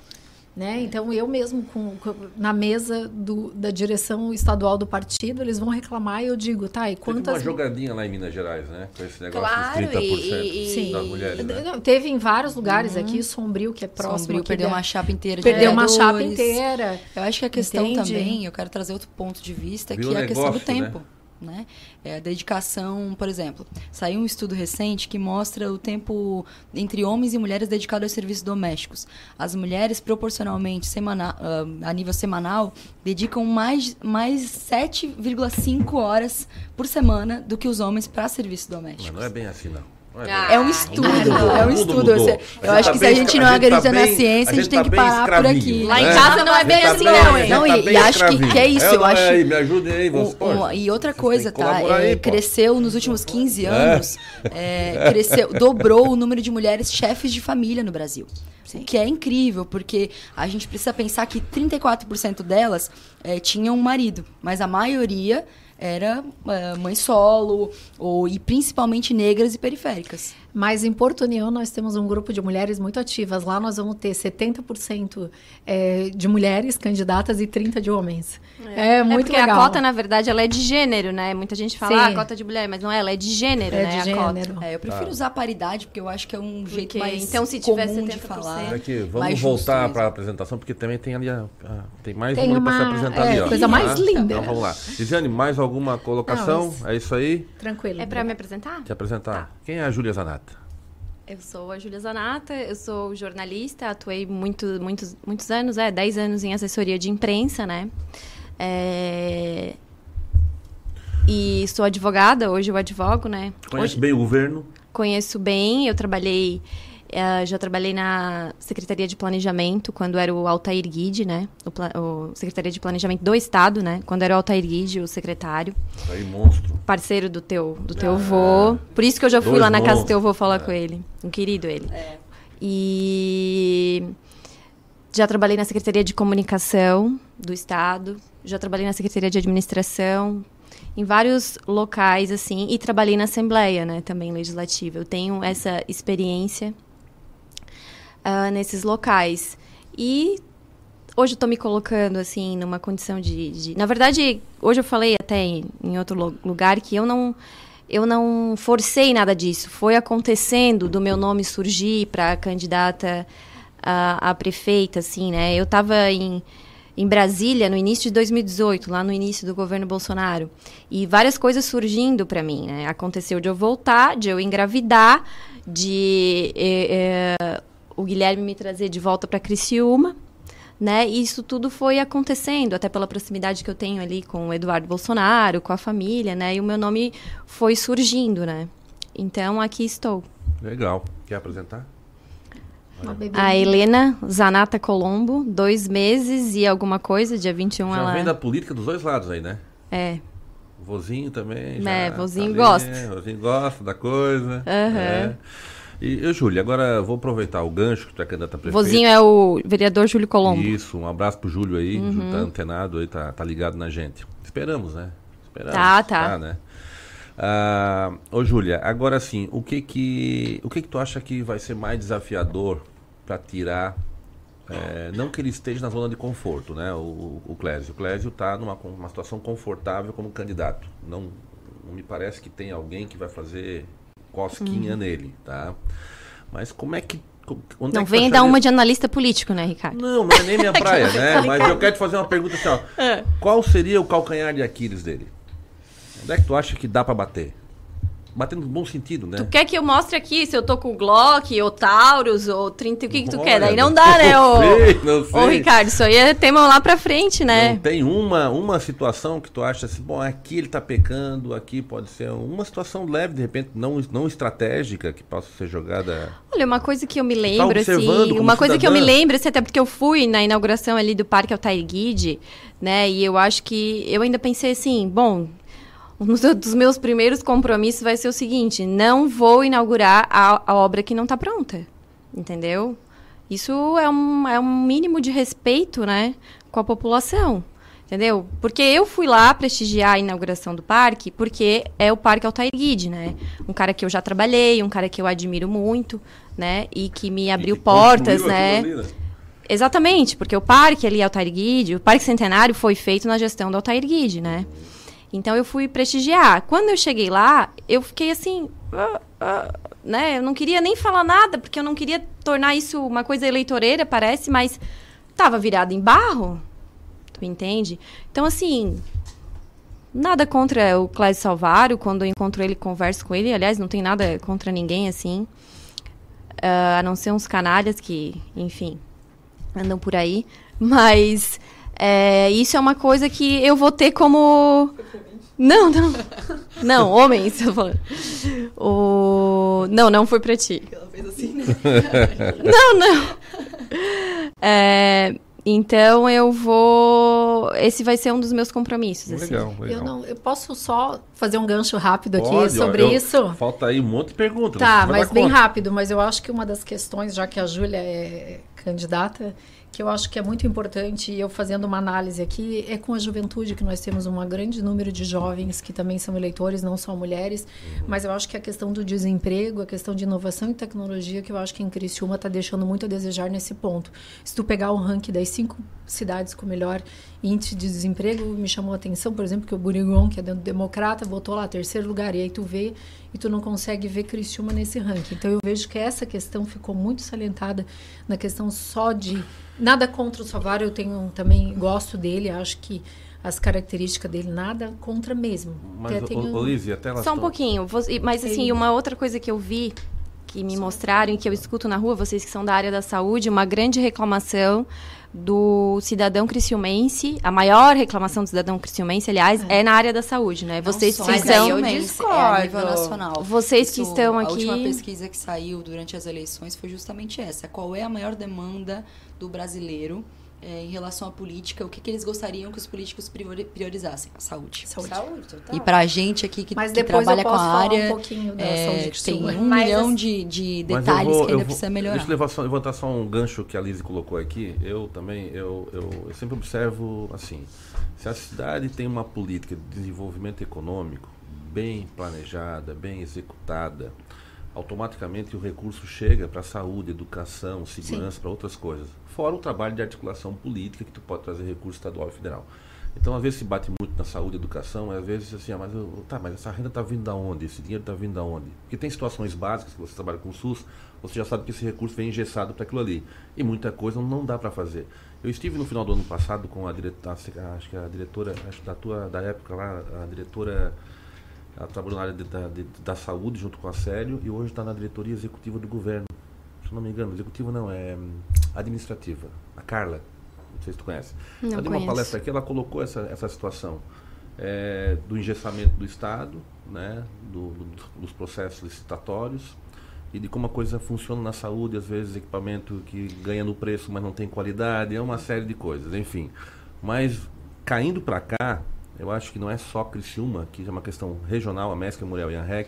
Né? Então, eu mesmo, na mesa da direção estadual do partido, eles vão reclamar e eu digo, tá, e quantas... Teve uma jogadinha lá em Minas Gerais, né? Com esse negócio Claro, dos 30% das mulheres, né? Teve em vários lugares aqui, Sombrio, que é próximo. Sombrio perdeu uma chapa inteira de Perdeu uma chapa vereadores. inteira. Eu acho que a questão Entende? também, eu quero trazer outro ponto de vista, Virou que é a questão do negócio, tempo. Né? A dedicação, por exemplo, saiu um estudo recente que mostra o tempo entre homens e mulheres dedicado aos serviços domésticos. As mulheres, proporcionalmente, a nível semanal, dedicam mais 7,5 horas por semana do que os homens para serviços domésticos. Mas não é bem assim, não. É um estudo, é um estudo. Eu acho que se a gente não acredita na ciência, a gente tem que parar por aqui. Lá em casa não é bem assim, não, hein? Não, e acho que é isso, eu acho. Me ajudem aí, você. E outra coisa, tá? Cresceu nos últimos 15 anos, dobrou o número de mulheres chefes de família no Brasil. O que é incrível, porque a gente precisa pensar que 34% delas tinham um marido, mas a maioria era mãe solo, e principalmente negras e periféricas. Mas em Porto União nós temos um grupo de mulheres muito ativas. Lá nós vamos ter 70% de mulheres candidatas e 30% de homens. É muito porque legal. A cota, na verdade, ela é de gênero, né? Muita gente fala, a cota de mulher, mas não é, ela é de gênero, né? De gênero. Eu prefiro usar paridade, porque eu acho que é um jeito mais então, se tiver comum 70%, de falar. Aqui, vamos voltar para a apresentação, porque também tem ali tem mais tem uma para se apresentar ali. Coisa mais linda. Então vamos lá. Lisiane, mais alguma colocação? É isso aí? Tranquilo. É para me apresentar? Te apresentar. Quem é a Júlia Zanata? Eu sou a Júlia Zanata, eu sou jornalista, atuei muitos anos, 10 anos em assessoria de imprensa, né? E sou advogada, hoje eu advogo, né? Conhece bem o governo? Conheço bem, já trabalhei na Secretaria de Planejamento, quando era o Altair Guide, né? O Secretaria de Planejamento do Estado, né? Quando era o Altair Guide, o secretário. Aí, monstro. Parceiro do teu vô. Por isso que eu já fui lá na casa do teu vô falar com ele. Um querido ele. E já trabalhei na Secretaria de Comunicação do Estado. Já trabalhei na Secretaria de Administração. Em vários locais, assim. E trabalhei na Assembleia, né? Também legislativa. Eu tenho essa experiência nesses locais. E hoje eu estou me colocando, assim, numa condição de... Na verdade, hoje eu falei até em outro lugar que eu não forcei nada disso. Foi acontecendo do meu nome surgir para candidata a prefeita, assim, né? Eu estava em Brasília no início de 2018, lá no início do governo Bolsonaro. E várias coisas surgindo para mim, né? Aconteceu de eu voltar, de eu engravidar, de o Guilherme me trazer de volta para Criciúma, né? E isso tudo foi acontecendo, até pela proximidade que eu tenho ali com o Eduardo Bolsonaro, com a família, né? E o meu nome foi surgindo, né? Então, aqui estou. Legal. Quer apresentar? A Helena Zanata Colombo, 2 meses e alguma coisa, dia 21 já vem da política dos dois lados aí, né? O vozinho também. Vozinho gosta. Vozinho gosta da coisa. E Júlia, agora vou aproveitar o gancho que tu é candidata a prefeito. Vozinho é o vereador Júlio Colombo. Isso, um abraço pro Júlio aí, tá antenado aí, tá ligado na gente. Esperamos, né? Tá. Né? Ô Júlia, agora sim, o que tu acha que vai ser mais desafiador para tirar, não que ele esteja na zona de conforto, né? O Clésio. O Clésio está numa situação confortável como candidato. Não me parece que tem alguém que vai fazer cosquinha nele, tá? Mas como é que... Não vem dar uma de analista político, né, Ricardo? Não é nem minha praia, né? Mas eu quero te fazer uma pergunta assim, ó. Qual seria o calcanhar de Aquiles dele? Onde é que tu acha que dá pra bater? Bater no bom sentido, né? Tu quer que eu mostre aqui se eu tô com o Glock, ou Taurus, ou 30, o que tu quer? Daí não dá, né, não sei. Ô, Ricardo, isso aí é tema lá pra frente, né? Não tem uma situação que tu acha assim, bom, aqui ele tá pecando, aqui pode ser uma situação leve, de repente, não estratégica, que possa ser jogada... Olha, uma coisa que eu me lembro, assim, até porque eu fui na inauguração ali do Parque Altair Guide, né, e eu acho que, eu ainda pensei assim, bom... Um dos meus primeiros compromissos vai ser o seguinte: não vou inaugurar a obra que não está pronta, entendeu? Isso é um mínimo de respeito, né, com a população, entendeu? Porque eu fui lá prestigiar a inauguração do parque, porque é o Parque Altair Guide, né? Um cara que eu já trabalhei, um cara que eu admiro muito, né, e que me abriu portas, né? Exatamente, porque o parque ali, Altair Guide, o Parque Centenário foi feito na gestão do Altair Guide, né? Então, eu fui prestigiar. Quando eu cheguei lá, eu fiquei assim... né? Eu não queria nem falar nada, porque eu não queria tornar isso uma coisa eleitoreira, parece, mas estava virado em barro, tu entende? Então, assim... Nada contra o Clésio Salvário, quando eu encontro ele, converso com ele. Aliás, não tem nada contra ninguém, assim. A não ser uns canalhas que, enfim, andam por aí. Mas isso é uma coisa que eu vou ter como... Não. Não, homens, eu falando. Não foi pra ti. Ela fez assim, né? Não. Então, eu vou... Esse vai ser um dos meus compromissos. Legal. Eu posso só fazer um gancho rápido aqui sobre isso? Falta aí um monte de perguntas. Tá, mas bem rápido. Mas eu acho que uma das questões, já que a Júlia é candidata, que eu acho que é muito importante, eu fazendo uma análise aqui, é com a juventude, que nós temos um grande número de jovens que também são eleitores, não só mulheres, mas eu acho que a questão do desemprego, a questão de inovação e tecnologia, que eu acho que em Criciúma está deixando muito a desejar nesse ponto. Se tu pegar o ranking das 5 cidades com melhor índice de desemprego, me chamou a atenção, por exemplo, que o Burigon, que é dentro do Democrata, botou lá 3º lugar, e aí tu vê e tu não consegue ver Criciúma nesse ranking. Então eu vejo que essa questão ficou muito salientada na questão só de... Nada contra o Salvário, eu também gosto dele, acho que as características dele, nada contra mesmo. Mas, Olívia, até lá... Só um pouquinho, mas assim, uma outra coisa que eu vi, que me mostraram e que eu escuto na rua, vocês que são da área da saúde, uma grande reclamação do cidadão criciumense, a maior reclamação do cidadão criciumense, aliás, é na área da saúde, né? Vocês que estão... Eu discordo. É a nível nacional. Vocês que estão aqui... A última pesquisa que saiu durante as eleições foi justamente essa. Qual é a maior demanda do brasileiro em relação à política? O que eles gostariam que os políticos priorizassem? A saúde. Total. E pra gente aqui que trabalha com a área, um pouquinho da saúde, tem milhão de detalhes que ainda precisa melhorar. Deixa eu levantar só um gancho que a Lise colocou aqui. Eu também, eu sempre observo assim, se a cidade tem uma política de desenvolvimento econômico bem planejada, bem executada, automaticamente o recurso chega para saúde, educação, segurança, para outras coisas. Fora o trabalho de articulação política, que tu pode trazer recurso estadual e federal. Então, às vezes se bate muito na saúde e educação, às vezes assim, mas essa renda está vindo da onde? Esse dinheiro está vindo da onde? Porque tem situações básicas, que você trabalha com o SUS, você já sabe que esse recurso vem engessado para aquilo ali. E muita coisa não dá para fazer. Eu estive no final do ano passado com a diretora, acho que a diretora, da época lá, a diretora... Ela trabalhou na área da saúde junto com a Célio e hoje está na diretoria executiva do governo. Se não me engano, executiva não, é administrativa. A Carla, não sei se tu conhece. Ela deu uma palestra aqui, ela colocou essa situação do engessamento do Estado, né, dos processos licitatórios e de como a coisa funciona na saúde, às vezes equipamento que ganha no preço, mas não tem qualidade, é uma série de coisas, enfim. Mas caindo para cá, eu acho que não é só Criciúma, que é uma questão regional, a MESC, a Muriel e a REC,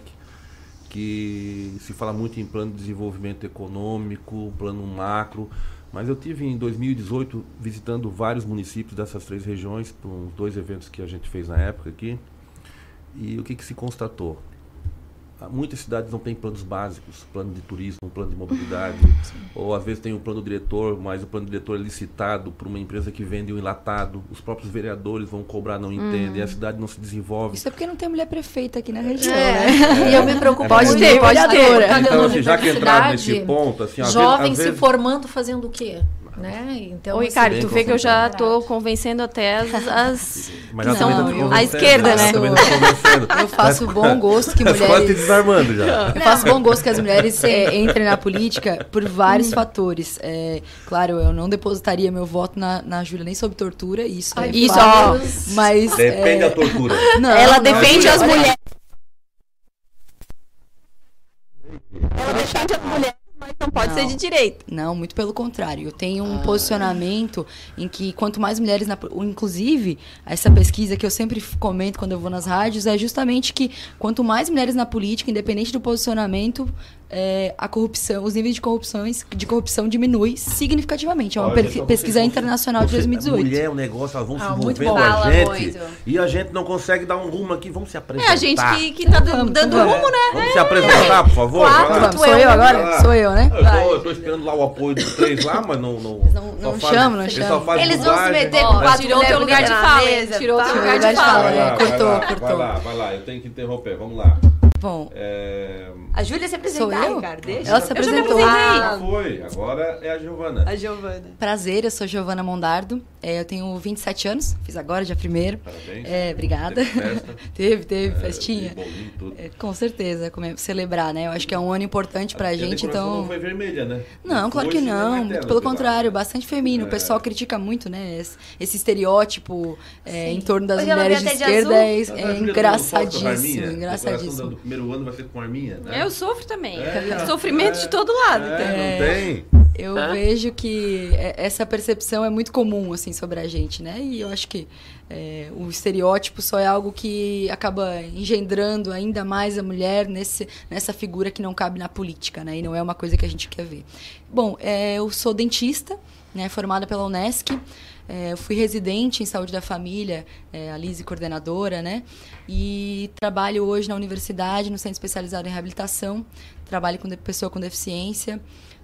que se fala muito em plano de desenvolvimento econômico, plano macro, mas eu tive em 2018 visitando vários municípios dessas 3 regiões, por uns 2 eventos que a gente fez na época aqui, e o que se constatou? Muitas cidades não têm planos básicos, plano de turismo, plano de mobilidade, ou às vezes tem um plano diretor, mas o plano diretor é licitado por uma empresa que vende um enlatado, os próprios vereadores vão cobrar, não entendem, a cidade não se desenvolve. Isso é porque não tem mulher prefeita aqui na região, né? E eu me preocupo. Pode ter. Então, assim, já que entrar nesse ponto, assim, jovens se formando fazendo o quê? Né? Então, Oi, Ricardo, tu vê que eu já estou convencendo até as que são à esquerda, né? Eu faço bom gosto que mulheres... Quase te desarmando já. Eu faço bom gosto que as mulheres entrem na política por vários fatores. Claro, eu não depositaria meu voto na Júlia nem sob tortura, isso mas... Depende da tortura. Ela defende as mulheres. Ela defende as mulheres. Mas não pode ser de direita. Não, muito pelo contrário. Eu tenho um posicionamento em que quanto mais mulheres... Inclusive, essa pesquisa que eu sempre comento quando eu vou nas rádios é justamente que quanto mais mulheres na política, independente do posicionamento, a corrupção, os níveis de corrupção diminui significativamente. É uma pesquisa internacional de 2018. Mulher, o negócio, elas vão se muito envolvendo bom. a gente e a gente não consegue dar um rumo aqui. Vamos se apresentar. É a gente que tá dando rumo, né? Vamos se apresentar, por favor. Vamos, sou eu agora? Sou eu, né? Eu tô esperando lá o apoio dos três lá, mas não chama. Eles vão se meter com 4 tirou teu lugar de fala, hein? Tirou teu lugar de fala. Cortou. Vai lá, eu tenho que interromper, vamos lá. Bom, A Júlia se apresentou, Ricardo. Deixa. ela se apresentou. Já foi, agora é a Giovana. A Giovana. Prazer, eu sou Giovana Mondardo. Eu tenho 27 anos, fiz agora, dia 1º. Parabéns. Obrigada. Teve festinha. Bolinho, tudo. Com certeza, celebrar, né? Eu acho que é um ano importante pra gente, então... Não foi vermelha, né? Não, claro que não. Muito pelo contrário, bastante feminino. O pessoal critica muito, né? Esse estereótipo em torno das mulheres de esquerda é engraçadíssimo. Engraçadíssimo. Do primeiro ano vai ser com arminha, né? Eu sofro também. Sofrimento de todo lado. Não tem? Eu vejo que essa percepção é muito comum, assim, sobre a gente, né? E eu acho que o estereótipo só é algo que acaba engendrando ainda mais a mulher nessa figura que não cabe na política, né? E não é uma coisa que a gente quer ver. Bom, eu sou dentista, né? Formada pela Unesc. Eu fui residente em saúde da família, a Lise coordenadora, né? E trabalho hoje na universidade, no centro especializado em reabilitação. Trabalho com pessoa com deficiência.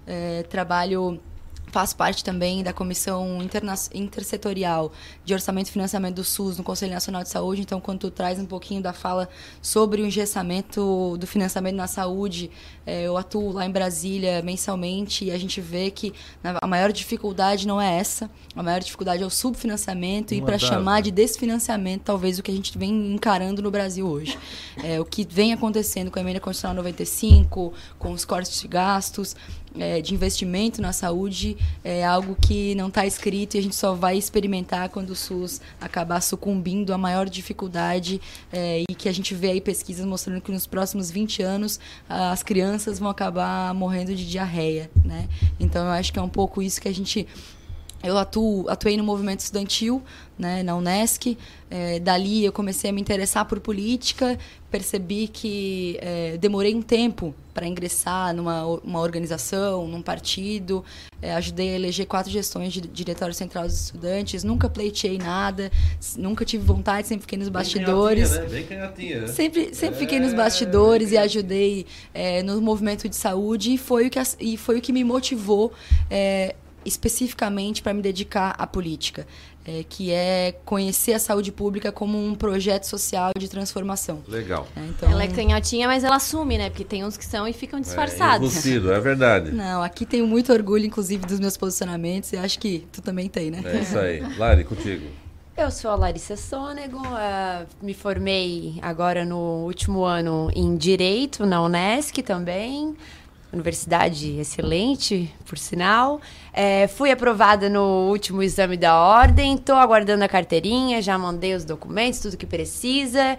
Faço parte também da Comissão Intersetorial de Orçamento e Financiamento do SUS no Conselho Nacional de Saúde. Então, quando tu traz um pouquinho da fala sobre o engessamento do financiamento na saúde, eu atuo lá em Brasília mensalmente e a gente vê que a maior dificuldade não é essa. A maior dificuldade é o subfinanciamento e, para chamar de desfinanciamento, talvez o que a gente vem encarando no Brasil hoje. O que vem acontecendo com a Emenda Constitucional 95, com os cortes de gastos, de investimento na saúde, é algo que não está escrito e a gente só vai experimentar quando o SUS acabar sucumbindo à maior dificuldade e que a gente vê aí pesquisas mostrando que nos próximos 20 anos as crianças vão acabar morrendo de diarreia, né? Então eu acho que é um pouco isso que a gente... Eu atuei no movimento estudantil, né, na Unesc. Dali eu comecei a me interessar por política, percebi que demorei um tempo para ingressar numa organização, num partido. Ajudei a eleger 4 gestões de Diretório Central dos Estudantes, nunca pleiteei nada, nunca tive vontade, sempre fiquei nos bastidores. Bem canhotinha, né? Sempre fiquei nos bastidores e ajudei no movimento de saúde e foi o que me motivou especificamente para me dedicar à política, que é conhecer a saúde pública como um projeto social de transformação. Legal. Então, ela é canhotinha, mas ela assume, né? Porque tem uns que são e ficam disfarçados. É verdade. Não, aqui tenho muito orgulho, inclusive, dos meus posicionamentos e acho que tu também tem, né? É isso aí. Lari, contigo. Eu sou a Larissa Sônego, me formei agora no último ano em Direito, na Unesc também. Universidade excelente, por sinal. Fui aprovada no último exame da ordem, estou aguardando a carteirinha, já mandei os documentos, tudo que precisa.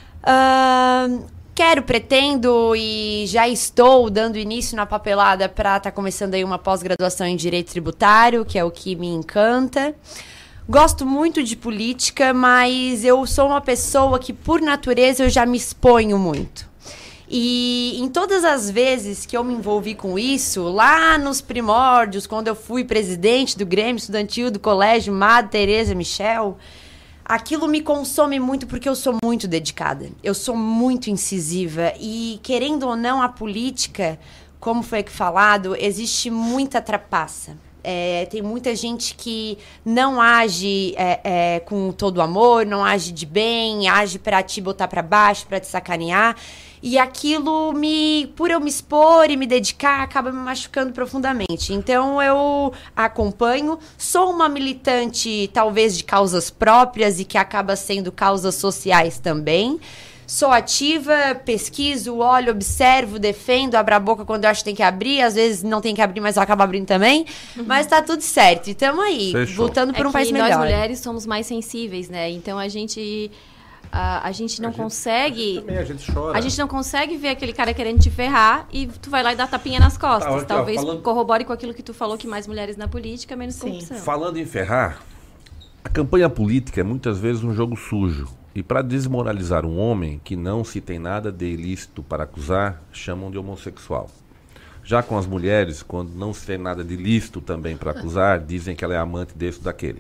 Pretendo e já estou dando início na papelada para estar começando aí uma pós-graduação em Direito Tributário, que é o que me encanta. Gosto muito de política, mas eu sou uma pessoa que, por natureza, eu já me exponho muito. E em todas as vezes que eu me envolvi com isso, lá nos primórdios, quando eu fui presidente do Grêmio Estudantil do Colégio Madre Teresa Michel, aquilo me consome muito porque eu sou muito dedicada. Eu sou muito incisiva e, querendo ou não, a política, como foi aqui falado, existe muita trapaça. Tem muita gente que não age com todo amor, não age de bem, age para te botar para baixo, para te sacanear. E aquilo, por eu me expor e me dedicar, acaba me machucando profundamente. Então, eu acompanho. Sou uma militante, talvez, de causas próprias e que acaba sendo causas sociais também. Sou ativa, pesquiso, olho, observo, defendo, abro a boca quando eu acho que tem que abrir. Às vezes não tem que abrir, mas eu acabo abrindo também. Mas tá tudo certo. E estamos aí, lutando por um país melhor. Nós mulheres somos mais sensíveis, né? Então a gente não consegue... A gente chora. A gente não consegue ver aquele cara querendo te ferrar e tu vai lá e dá tapinha nas costas. Talvez corrobore com aquilo que tu falou, que mais mulheres na política, menos corrupção. Falando em ferrar, a campanha política é muitas vezes um jogo sujo. E para desmoralizar um homem que não se tem nada de ilícito para acusar, chamam de homossexual. Já com as mulheres, quando não se tem nada de lícito também para acusar, dizem que ela é amante desse ou daquele.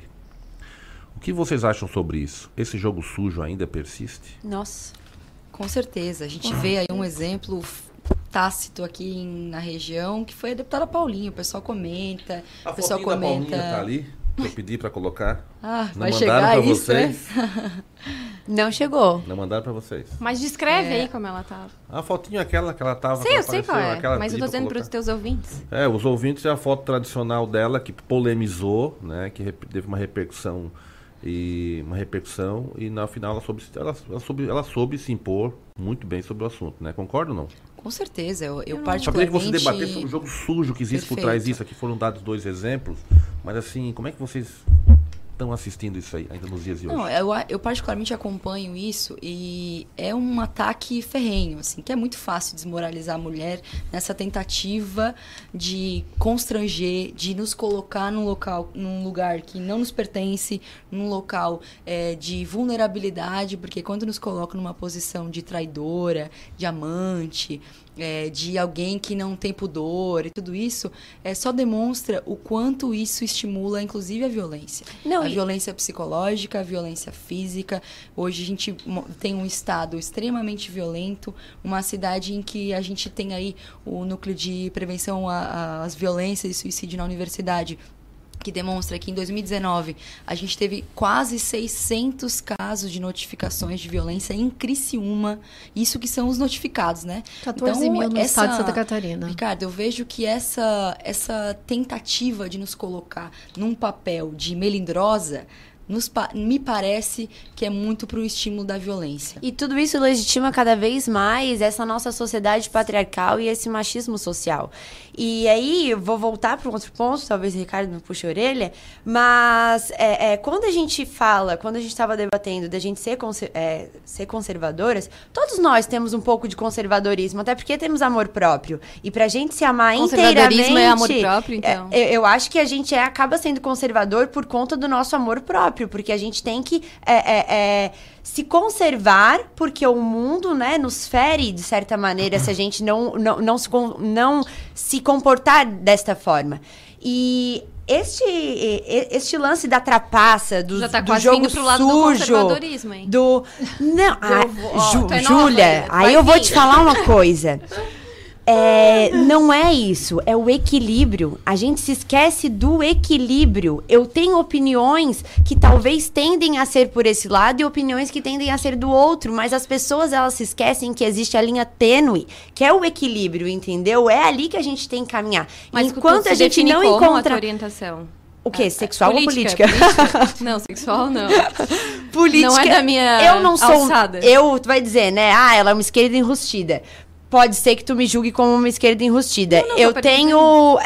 O que vocês acham sobre isso? Esse jogo sujo ainda persiste? Nossa. Com certeza. A gente vê aí um exemplo tácito aqui na região, que foi a deputada Paulinha. O pessoal comenta. A fotinha da Paulinha tá ali? Que eu pedi para colocar. Ah, não vai mandaram chegar pra isso, vocês? Não chegou. Não mandaram para vocês. Mas descreve aí como ela tava. A fotinha aquela que ela tava... Sei, eu sei qual é. aquela Mas eu tô pedi pra dizendo para os colocar. teus ouvintes. Os ouvintes, é a foto tradicional dela, que polemizou, né? Que teve uma repercussão e no final ela soube se impor muito bem sobre o assunto, né? Concorda ou não? Com certeza. Eu Só queria que particularmente... você debatesse sobre o jogo sujo que existe por Perfeito. trás disso. Aqui foram dados 2 exemplos, mas assim, como é que vocês estão assistindo isso aí, ainda nos dias de hoje? Não, eu particularmente acompanho isso e é um ataque ferrenho, assim, que é muito fácil desmoralizar a mulher nessa tentativa de constranger, de nos colocar num lugar que não nos pertence, num local de vulnerabilidade, porque quando nos colocam numa posição de traidora, de amante, de alguém que não tem pudor e tudo isso, só demonstra o quanto isso estimula, inclusive, a violência. A violência psicológica, a violência física. Hoje a gente tem um estado extremamente violento, uma cidade em que a gente tem aí o núcleo de prevenção às violências e suicídio na universidade, que demonstra que em 2019 a gente teve quase 600 casos de notificações de violência em Criciúma. Isso que são os notificados, né? 14 mil no estado de Santa Catarina. Ricardo, eu vejo que essa tentativa de nos colocar num papel de melindrosa me parece que é muito pro estímulo da violência. E tudo isso legitima cada vez mais essa nossa sociedade patriarcal e esse machismo social. E aí, eu vou voltar para um outro ponto, talvez o Ricardo me puxe a orelha, mas quando a gente estava debatendo da gente ser conservadoras, todos nós temos um pouco de conservadorismo, até porque temos amor próprio. E pra gente se amar inteiramente... Conservadorismo é amor próprio, então? Eu acho que a gente acaba sendo conservador por conta do nosso amor próprio, porque a gente tem que se conservar, porque o mundo, né, nos fere de certa maneira se a gente não se comportar desta forma. E este lance da trapaça, do jogo pro lado sujo, do conservadorismo, hein? Júlia, aí eu vou te falar uma coisa. Não é isso, é o equilíbrio. A gente se esquece do equilíbrio. Eu tenho opiniões que talvez tendem a ser por esse lado e opiniões que tendem a ser do outro, mas as pessoas, elas se esquecem que existe a linha tênue, que é o equilíbrio, entendeu? É ali que a gente tem que caminhar. Mas enquanto a gente não encontra... a tua orientação? O quê? Sexual ou política? Não, sexual não. Política. Não é da minha eu não sou alçada. Tu vai dizer, né? Ela é uma esquerda enrustida. Pode ser que tu me julgue como uma esquerda enrustida. Eu tenho...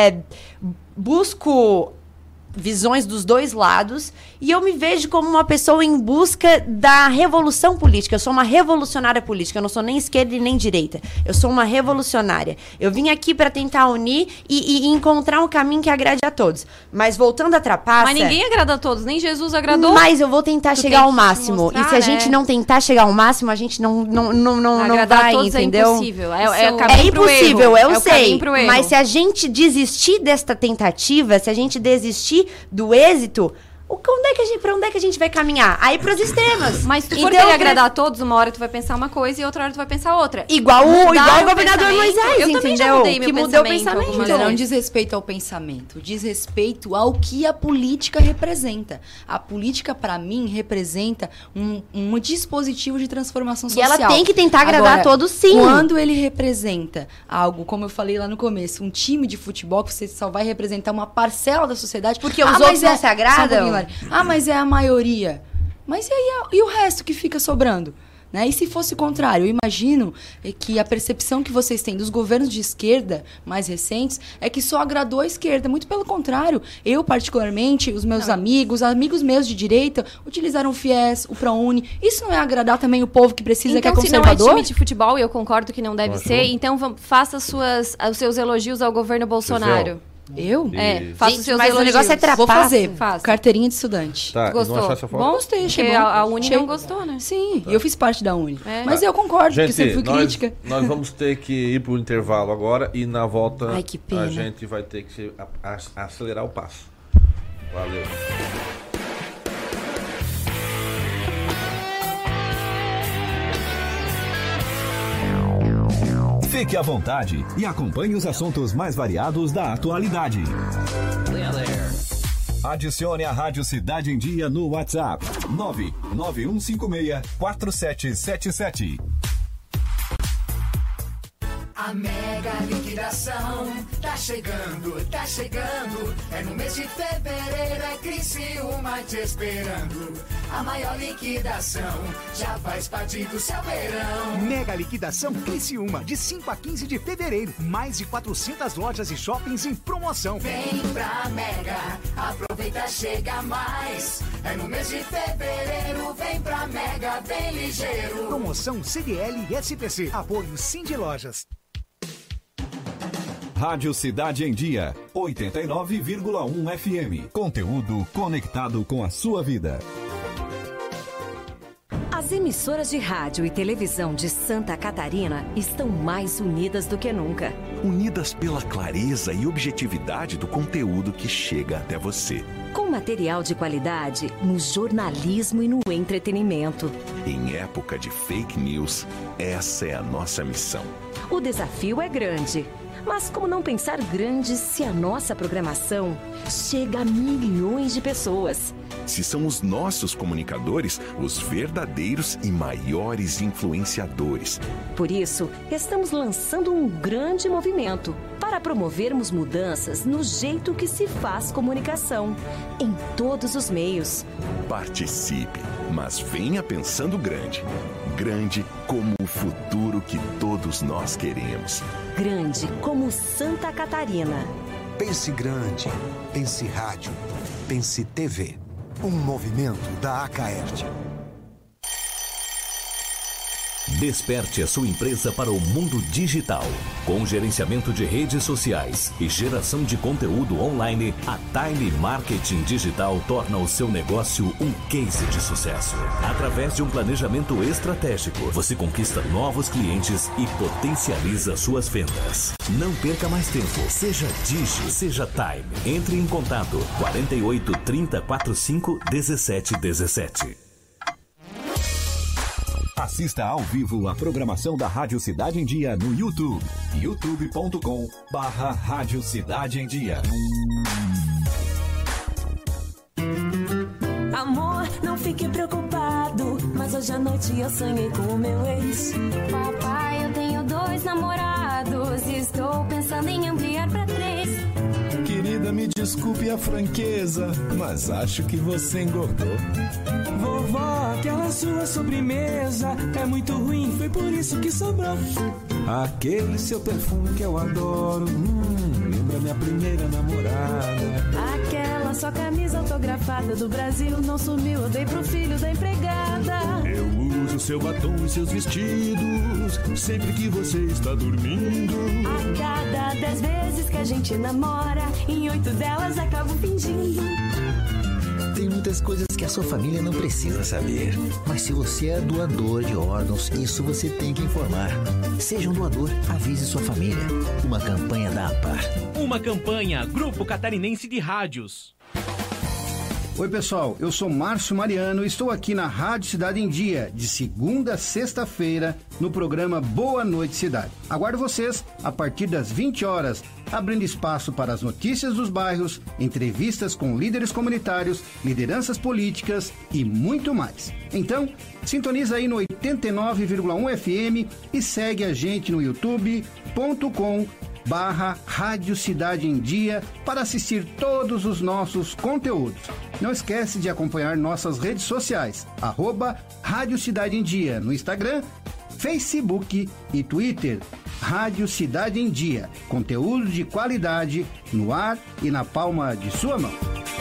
busco visões dos dois lados e eu me vejo como uma pessoa em busca da revolução política. Eu sou uma revolucionária política. Eu não sou nem esquerda e nem direita. Eu sou uma revolucionária. Eu vim aqui para tentar unir e encontrar um caminho que agrade a todos. Mas voltando à trapaça... Mas ninguém agrada a todos. Nem Jesus agradou. Mas eu vou tentar chegar ao máximo. Mostrar, e se a gente não tentar chegar ao máximo, a gente não agradar vai, a todos é impossível. É impossível, eu sei. Mas Mas se a gente desistir desta tentativa, se a gente desistir do êxito, pra onde é que a gente vai caminhar? Aí pros extremos. Mas se tu for querer agradar a todos, uma hora tu vai pensar uma coisa e outra hora tu vai pensar outra. Igual o governador Moisés, eu também já mudei meu que mudou o pensamento. pensamento. Não diz respeito ao pensamento, diz respeito ao que a política representa. A política, para mim, representa um dispositivo de transformação social. E ela tem que tentar agradar a todos, sim. Quando ele representa algo, como eu falei lá no começo, um time de futebol que você só vai representar uma parcela da sociedade. Porque os outros não se agradam? Mas é a maioria. Mas e o resto que fica sobrando? Né? E se fosse o contrário? Eu imagino que a percepção que vocês têm dos governos de esquerda mais recentes é que só agradou a esquerda. Muito pelo contrário. Eu, particularmente, os meus amigos meus de direita, utilizaram o FIES, o ProUni. Isso não é agradar também o povo que precisa, que é conservador? Então, se não é time de futebol, e eu concordo que não deve ser, então faça os seus elogios ao governo Bolsonaro. Eu? Faço Gente, seus mas o elogios. negócio é trapaça. Vou fazer. Faça. Carteirinha de estudante. Tá, Gostou? não achasse a foto? Bom, gostei, achei Porque bom. a Uni Achei- não gostou, né? Sim, e eu fiz parte da Uni. É. Mas eu concordo, porque Gente, sempre fui crítica. nós vamos ter que ir pro intervalo agora e na volta Ai, que pena. a gente vai ter que acelerar o passo. Valeu. Fique à vontade e acompanhe os assuntos mais variados da atualidade. Adicione a Rádio Cidade em Dia no WhatsApp 991564777. A mega liquidação tá chegando, tá chegando. É no mês de fevereiro, é Criciúma te esperando. A maior liquidação já faz parte do seu verão. Mega liquidação Criciúma, de 5 a 15 de fevereiro. Mais de 400 lojas e shoppings em promoção. Vem pra Mega, aproveita, chega mais. É no mês de fevereiro, vem pra Mega, bem ligeiro. Promoção CDL e SPC. Apoio Cindy Lojas. Rádio Cidade em Dia, 89,1 FM. Conteúdo conectado com a sua vida. As emissoras de rádio e televisão de Santa Catarina estão mais unidas do que nunca. Unidas pela clareza e objetividade do conteúdo que chega até você. Com material de qualidade no jornalismo e no entretenimento. Em época de fake news, essa é a nossa missão. O desafio é grande. Mas como não pensar grande se a nossa programação chega a milhões de pessoas? Se são os nossos comunicadores os verdadeiros e maiores influenciadores. Por isso, estamos lançando um grande movimento para promovermos mudanças no jeito que se faz comunicação, em todos os meios. Participe, mas venha pensando grande. Grande como o futuro que todos nós queremos. Grande como Santa Catarina. Pense grande, pense rádio, pense TV. Um movimento da Acaerte. Desperte a sua empresa para o mundo digital. Com gerenciamento de redes sociais e geração de conteúdo online, a Time Marketing Digital torna o seu negócio um case de sucesso. Através de um planejamento estratégico, você conquista novos clientes e potencializa suas vendas. Não perca mais tempo. Seja Digi, seja Time. Entre em contato 48 30 45 17 17. Assista ao vivo a programação da Rádio Cidade em Dia no YouTube. youtube.com/Rádio Cidade em Dia. Amor, não fique preocupado, mas hoje à noite eu sonhei com o meu ex. Papai, eu tenho 2 namorados e estou pensando em ampliar pra 3. Querida, me desculpe a franqueza, mas acho que você engordou. Vovó, aquela sua sobremesa é muito ruim, foi por isso que sobrou. Aquele seu perfume que eu adoro, lembra minha primeira namorada. Aquela sua camisa autografada do Brasil não sumiu, eu dei pro filho da empregada. Eu uso seu batom e seus vestidos sempre que você está dormindo. A cada 10 vezes que a gente namora, em 8 delas acabo fingindo. Tem muitas coisas que a sua família não precisa saber. Mas se você é doador de órgãos, isso você tem que informar. Seja um doador, avise sua família. Uma campanha da APAR. Uma campanha, Grupo Catarinense de Rádios. Oi pessoal, eu sou Márcio Mariano e estou aqui na Rádio Cidade em Dia, de segunda a sexta-feira, no programa Boa Noite Cidade. Aguardo vocês a partir das 20 horas, abrindo espaço para as notícias dos bairros, entrevistas com líderes comunitários, lideranças políticas e muito mais. Então, sintoniza aí no 89,1 FM e segue a gente no youtube.com/Rádio Cidade em Dia para assistir todos os nossos conteúdos. Não esquece de acompanhar nossas redes sociais, @Rádio Cidade em Dia no Instagram, Facebook e Twitter. Rádio Cidade em Dia, conteúdo de qualidade no ar e na palma de sua mão.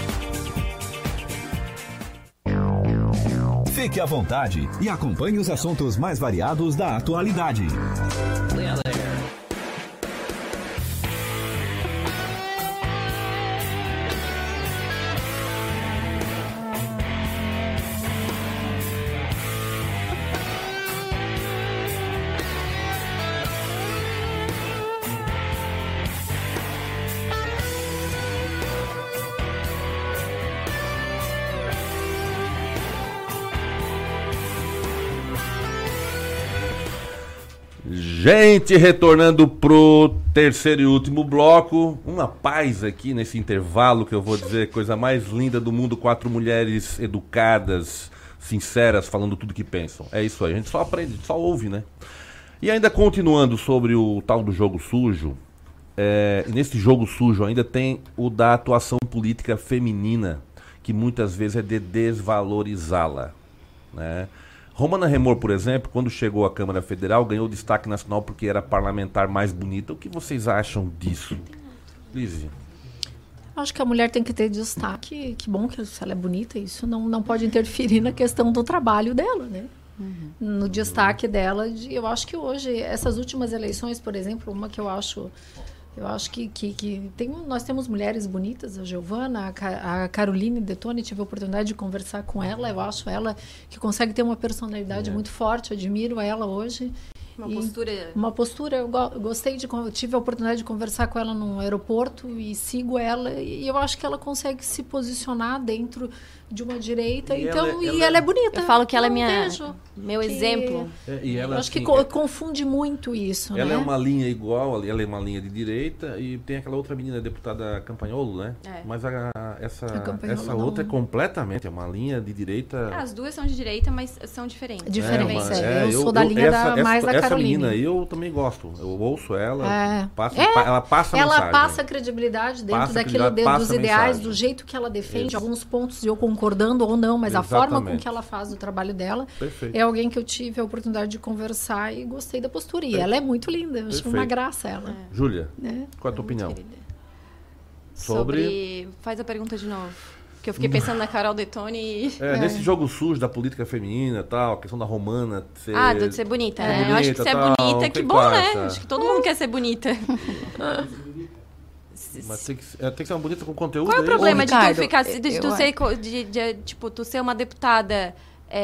Fique à vontade e acompanhe os assuntos mais variados da atualidade. Gente, retornando pro terceiro e último bloco, uma paz aqui nesse intervalo que eu vou dizer, coisa mais linda do mundo, 4 mulheres educadas, sinceras, falando tudo que pensam. É isso aí, a gente só aprende, só ouve, né? E ainda continuando sobre o tal do jogo sujo, nesse jogo sujo ainda tem o da atuação política feminina, que muitas vezes é de desvalorizá-la, né? Romana Remor, por exemplo, quando chegou à Câmara Federal, ganhou destaque nacional porque era a parlamentar mais bonita. O que vocês acham disso? Lizzy? Acho que a mulher tem que ter destaque. Que bom que se ela é bonita, isso não pode interferir na questão do trabalho dela, né? No destaque dela. Eu acho que hoje, essas últimas eleições, por exemplo, uma que eu acho que nós temos mulheres bonitas, a Giovana, a Caroline Detoni, tive a oportunidade de conversar com ela, eu acho ela que consegue ter uma personalidade muito forte, admiro ela hoje. Uma postura, eu gostei tive a oportunidade de conversar com ela no aeroporto e sigo ela, e eu acho que ela consegue se posicionar dentro de uma direita, ela é bonita. Eu falo que ela é meu exemplo. Eu acho que confunde muito isso, ela né? é uma linha igual, ela é uma linha de direita, e tem aquela outra menina, a deputada Campagnolo, né? Mas essa outra é completamente, uma linha de direita... As duas são de direita, mas são diferentes. Eu sou da linha mais da essa Caroline. menina eu também gosto. Eu ouço ela, ela passa ela mensagem. passa credibilidade dentro dos ideais, do jeito que ela defende, alguns pontos eu concordando ou não, mas a forma com que ela faz o trabalho dela. Perfeito. É alguém que eu tive a oportunidade de conversar e gostei da postura. E ela é muito linda, eu acho uma graça ela. Júlia, qual é a tua opinião? Sobre... Faz a pergunta de novo. Que eu fiquei pensando na Carol Detoni e... Nesse jogo sujo da política feminina e tal, a questão da Romana ser... de ser bonita, né? Eu acho que ser bonita, que bom, né? Acho que todo mundo quer ser bonita. Mas tem que ser uma bonita com conteúdo. Qual é o problema de tu ficar... tu ser uma deputada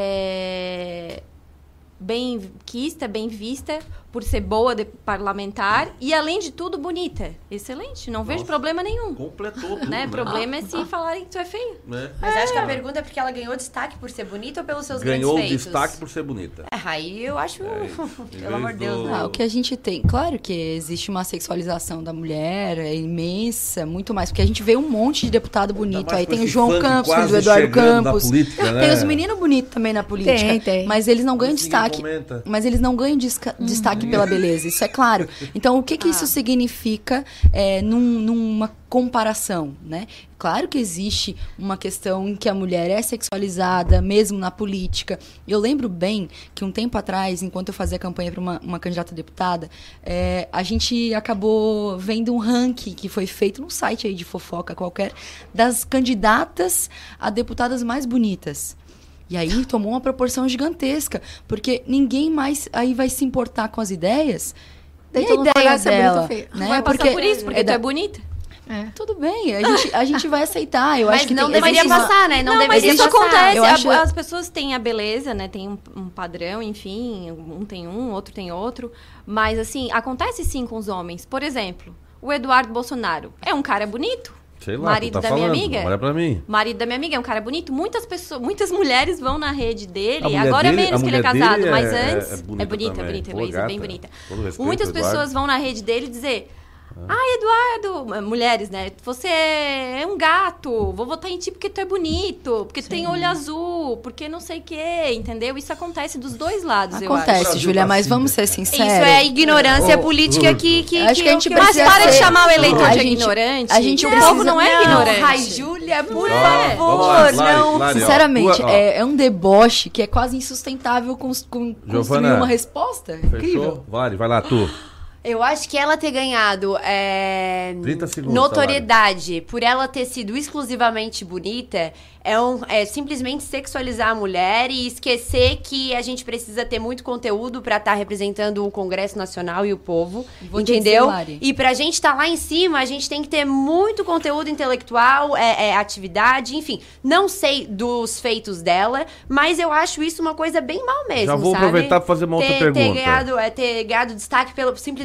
bem vista, por ser boa parlamentar e, além de tudo, bonita. Excelente, não vejo problema nenhum. Completou tudo, né? Problema é se falarem que tu é feio. Mas acho que a pergunta é porque ela ganhou destaque por ser bonita ou pelos seus grandes feitos? Ganhou destaque por ser bonita. Aí eu acho... Pelo amor de Deus, não. O que a gente tem... Claro que existe uma sexualização da mulher, é imensa, muito mais. Porque a gente vê um monte de deputado bonito. Aí tem o João Campos, tem o Eduardo Campos. Política, né? Tem os meninos bonitos também na política. Tem. Mas eles não ganham destaque. Mas eles não ganham destaque pela beleza, isso é claro. Então, o que isso significa numa comparação, né? Claro que existe uma questão em que a mulher é sexualizada, mesmo na política. Eu lembro bem que um tempo atrás, enquanto eu fazia campanha para uma candidata a deputada, a gente acabou vendo um ranking que foi feito num site aí de fofoca qualquer, das candidatas a deputadas mais bonitas. E aí tomou uma proporção gigantesca, porque ninguém mais aí vai se importar com as ideias. Daí a ideia dela, né? Vai passar por isso, porque tu é bonita. Tudo bem, a gente vai aceitar. Mas acho que não deveria passar, né? Não deveria mas isso passar. acontece. As pessoas têm a beleza, né? Tem um padrão, enfim. Um tem outro tem outro. Mas, assim, acontece sim com os homens. Por exemplo, o Eduardo Bolsonaro é um cara bonito. Sei lá, marido da minha amiga. Olha pra mim. Marido da minha amiga é um cara bonito. Muitas mulheres vão na rede dele. Agora é menos que ele é casado, mas antes é bonita, Heloísa, bem bonita. Muitas pessoas vão na rede dele dizer: Eduardo, mulheres, né? Você é um gato, vou votar em ti porque tu é bonito, porque tu tem olho azul, porque não sei o quê, entendeu? Isso acontece dos dois lados, eu acho. Acontece, Júlia, mas vamos ser sinceros. Isso é a ignorância política que acho que a gente mas para de chamar o eleitor de ignorante. O povo não é ignorante. Ai, Júlia, por favor, não. Sinceramente, é um deboche que é quase insustentável construir uma resposta. Incrível. Vai lá, tu. Eu acho que ela ter ganhado 30 segundos, notoriedade por ela ter sido exclusivamente bonita é simplesmente sexualizar a mulher e esquecer que a gente precisa ter muito conteúdo pra estar representando o Congresso Nacional e o povo, entendeu? E pra gente estar lá em cima, a gente tem que ter muito conteúdo intelectual, atividade, enfim. Não sei dos feitos dela, mas eu acho isso uma coisa bem mal mesmo, Já vou aproveitar pra fazer uma outra pergunta. Ter ganhado destaque simplesmente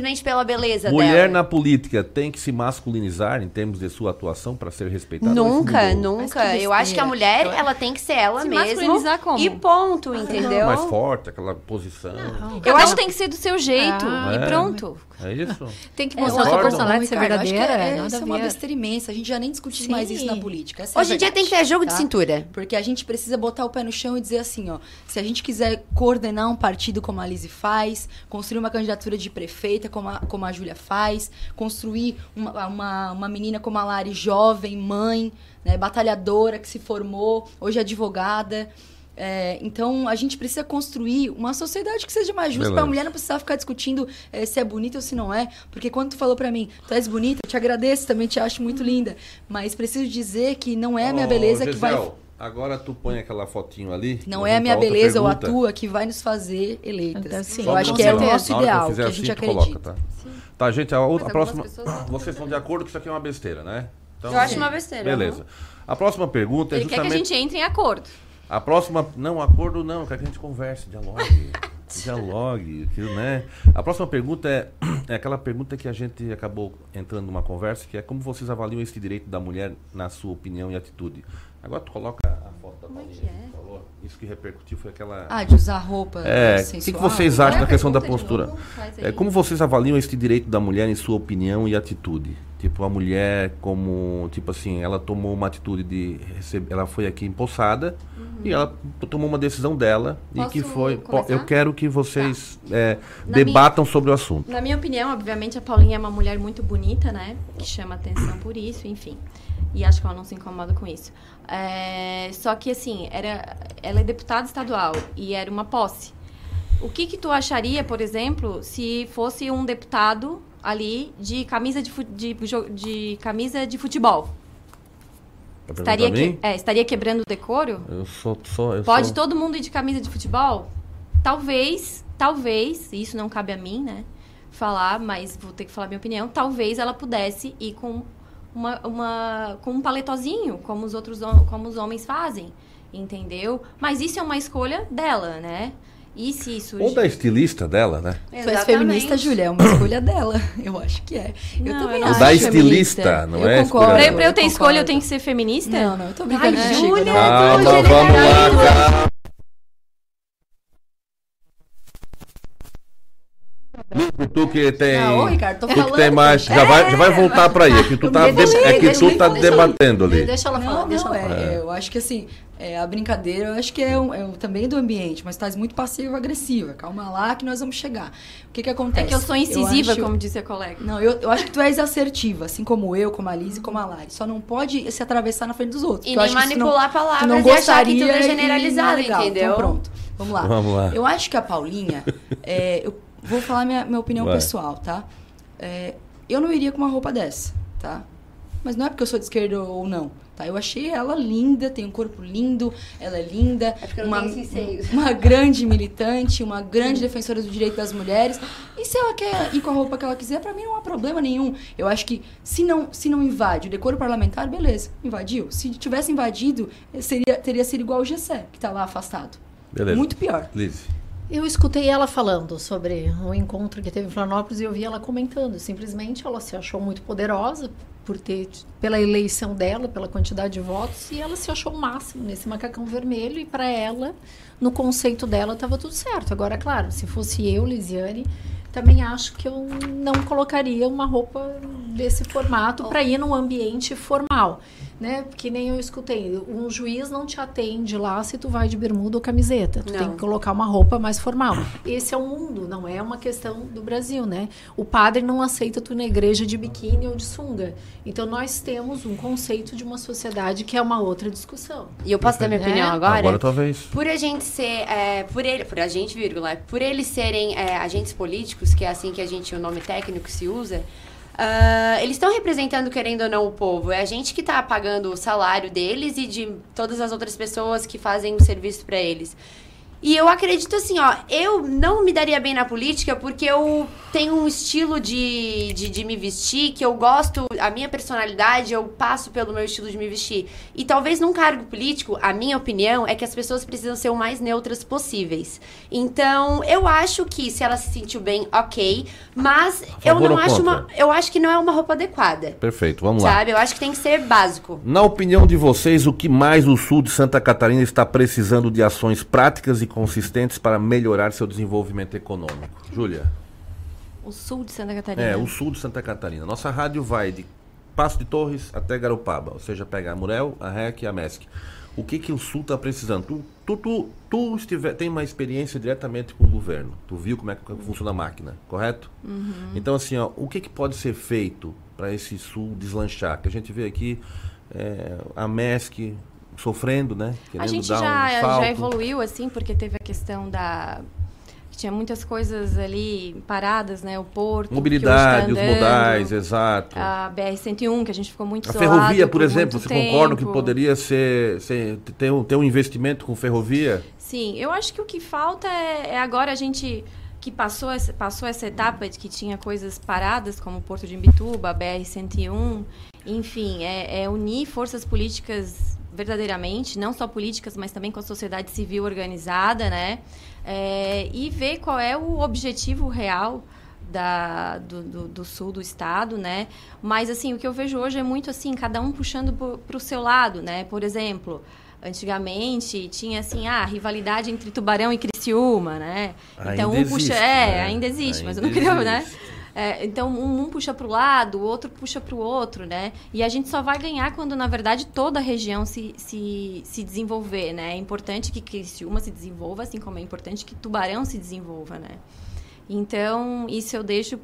simplesmente pela beleza Mulher dela. na política tem que se masculinizar em termos de sua atuação para ser respeitada? Nunca. Eu acho que a mulher, ela tem que ser ela Se mesma. masculinizar como? E ponto, entendeu? Mais forte, aquela posição. Eu acho que tem que ser do seu jeito e É. pronto. É isso? Tem que mostrar sua personalidade, ser Ricardo, acho que verdadeira. isso é uma besteira imensa. A gente já nem discute mais isso na política. Essa Hoje é a em dia verdade, tem que ter jogo de cintura. Porque a gente precisa botar o pé no chão e dizer assim, ó, se a gente quiser coordenar um partido como a Lizzy faz, construir uma candidatura de prefeita como a Júlia faz, construir uma menina como a Lari, jovem, mãe, né, batalhadora, que se formou, hoje é advogada. Então, a gente precisa construir uma sociedade que seja mais justa para a mulher não precisar ficar discutindo se é bonita ou se não é. Porque quando tu falou para mim, tu és bonita, eu te agradeço, também te acho muito linda. Mas preciso dizer que não é a minha beleza que vai... Agora tu põe aquela fotinho ali. Não é a minha beleza ou a tua que vai nos fazer eleitas. Então, sim, eu acho que é o nosso ideal, que a assim, gente acredita. Coloca, tá, gente, a próxima... Vocês estão de acordo que isso aqui é uma besteira, né? Então, eu acho uma besteira. Beleza. A próxima pergunta é Ele quer que a gente entre em acordo. A próxima... Não, acordo não. Quer que a gente converse, dialogue. Dialogue, né? A próxima pergunta é aquela pergunta que a gente acabou entrando numa conversa, que é como vocês avaliam esse direito da mulher na sua opinião e atitude. Agora tu coloca a foto da Paulinha, por favor. Isso que repercutiu foi aquela... de usar roupa sensual. O que vocês acham da questão da postura? Como vocês avaliam esse direito da mulher em sua opinião e atitude? Tipo, a mulher como... Tipo assim, ela tomou uma atitude de... Ela foi aqui empossada e ela tomou uma decisão dela. Posso e que foi... começar? Eu quero que vocês debatam sobre o assunto. Na minha opinião, obviamente, a Paulinha é uma mulher muito bonita, né? Que chama atenção por isso, enfim. E acho que ela não se incomoda com isso. Só que, assim, ela é deputada estadual e era uma posse. O que tu acharia, por exemplo, se fosse um deputado ali de camisa de camisa de futebol? Estaria quebrando o decoro? Pode todo mundo ir de camisa de futebol? Talvez, isso não cabe a mim, né? Falar, mas vou ter que falar minha opinião. Talvez ela pudesse ir com com um paletozinho, como os homens fazem, entendeu? Mas isso é uma escolha dela, né? E se isso... Ou da estilista dela, né? Tu és feminista, Júlia, é uma escolha dela. Eu acho que é. Eu também acho. O da estilista, não é? Concordo. Pra eu ter escolha, eu tenho que ser feminista? Não, eu tô brincando contigo. Júlia, vamos lá, cara. Tu que tem. Não, Ricardo, tô tu falando. Que tem mais. Já vai voltar pra aí. É que tu tá, debatendo ali. Deixa ela falar. Eu acho que assim. A brincadeira, eu acho que é também do ambiente, mas tá muito passivo-agressiva. Calma lá que nós vamos chegar. O que acontece? É que eu sou incisiva, como disse a colega. Não, eu acho que tu és assertiva, assim como eu, como a Liz e como a Lari. Só não pode se atravessar na frente dos outros. E nem manipular palavras tu não e achar que gostaria tudo é generalizado, entendeu? Então pronto, vamos lá. Eu acho que a Paulinha, eu vou falar minha opinião pessoal, tá? Eu não iria com uma roupa dessa, tá? Mas não é porque eu sou de esquerda ou não. Tá, eu achei ela linda, tem um corpo lindo, ela é linda, uma grande militante, uma grande defensora do direito das mulheres. E se ela quer ir com a roupa que ela quiser, pra mim não há problema nenhum. Eu acho que se não invade o decoro parlamentar, beleza, invadiu. Se tivesse invadido, teria sido igual o Gessé, que tá lá afastado. Beleza. Muito pior. Liz. Eu escutei ela falando sobre o encontro que teve em Florianópolis e eu vi ela comentando. Simplesmente ela se achou muito poderosa pela eleição dela, pela quantidade de votos, e ela se achou o máximo nesse macacão vermelho, e para ela, no conceito dela, estava tudo certo. Agora, claro, se fosse eu, Lisiane, também acho que eu não colocaria uma roupa desse formato para ir num ambiente formal, né? Porque nem eu escutei, um juiz não te atende lá se tu vai de bermuda ou camiseta, tu tem que colocar uma roupa mais formal. Esse é o mundo, não é uma questão do Brasil, né? O padre não aceita tu na igreja de biquíni ou de sunga. Então nós temos um conceito de uma sociedade que é uma outra discussão. E eu posso dar minha opinião agora? Agora talvez. Por a gente ser, por eles serem agentes políticos, que é assim que o nome técnico se usa, eles estão representando, querendo ou não, o povo. É a gente que está pagando o salário deles e de todas as outras pessoas que fazem o serviço para eles. E eu acredito assim, eu não me daria bem na política porque eu tenho um estilo de me vestir que eu gosto, a minha personalidade, eu passo pelo meu estilo de me vestir. E talvez num cargo político, a minha opinião é que as pessoas precisam ser o mais neutras possíveis. Então, eu acho que se ela se sentiu bem, ok, mas eu acho que não é uma roupa adequada. Perfeito, vamos lá. Sabe? Eu acho que tem que ser básico. Na opinião de vocês, o que mais o sul de Santa Catarina está precisando de ações práticas e consistentes para melhorar seu desenvolvimento econômico? Júlia? O sul de Santa Catarina. O sul de Santa Catarina. Nossa rádio vai de Passo de Torres até Garopaba, ou seja, pega a Murel, a REC e a MESC. O que o sul está precisando? Tu tem uma experiência diretamente com o governo. Tu viu como é que funciona a máquina, correto? Uhum. Então, assim, o que pode ser feito para esse sul deslanchar? Que a gente vê aqui a MESC sofrendo, né? A gente já evoluiu, assim, porque teve a questão que tinha muitas coisas ali paradas, né? O porto, mobilidade, os modais, exato. A BR-101, que a gente ficou muito isolado. A ferrovia, por exemplo, você tempo. concorda que poderia ter um investimento com ferrovia? Sim, eu acho que o que falta é agora a gente que passou essa etapa de que tinha coisas paradas, como o Porto de Imbituba, a BR-101, enfim, é unir forças políticas verdadeiramente, não só políticas, mas também com a sociedade civil organizada, né? E ver qual é o objetivo real do sul do estado, né? Mas, assim, o que eu vejo hoje é muito, assim, cada um puxando para o seu lado, né? Por exemplo, antigamente tinha, assim, a rivalidade entre Tubarão e Criciúma, né? Então, ainda existe, mas eu não queria, né? Então, um puxa para o lado, o outro puxa para o outro, né? E a gente só vai ganhar quando, na verdade, toda a região se desenvolver, né? É importante que Criciúma se desenvolva, assim como é importante que Tubarão se desenvolva, né? Então, isso eu deixo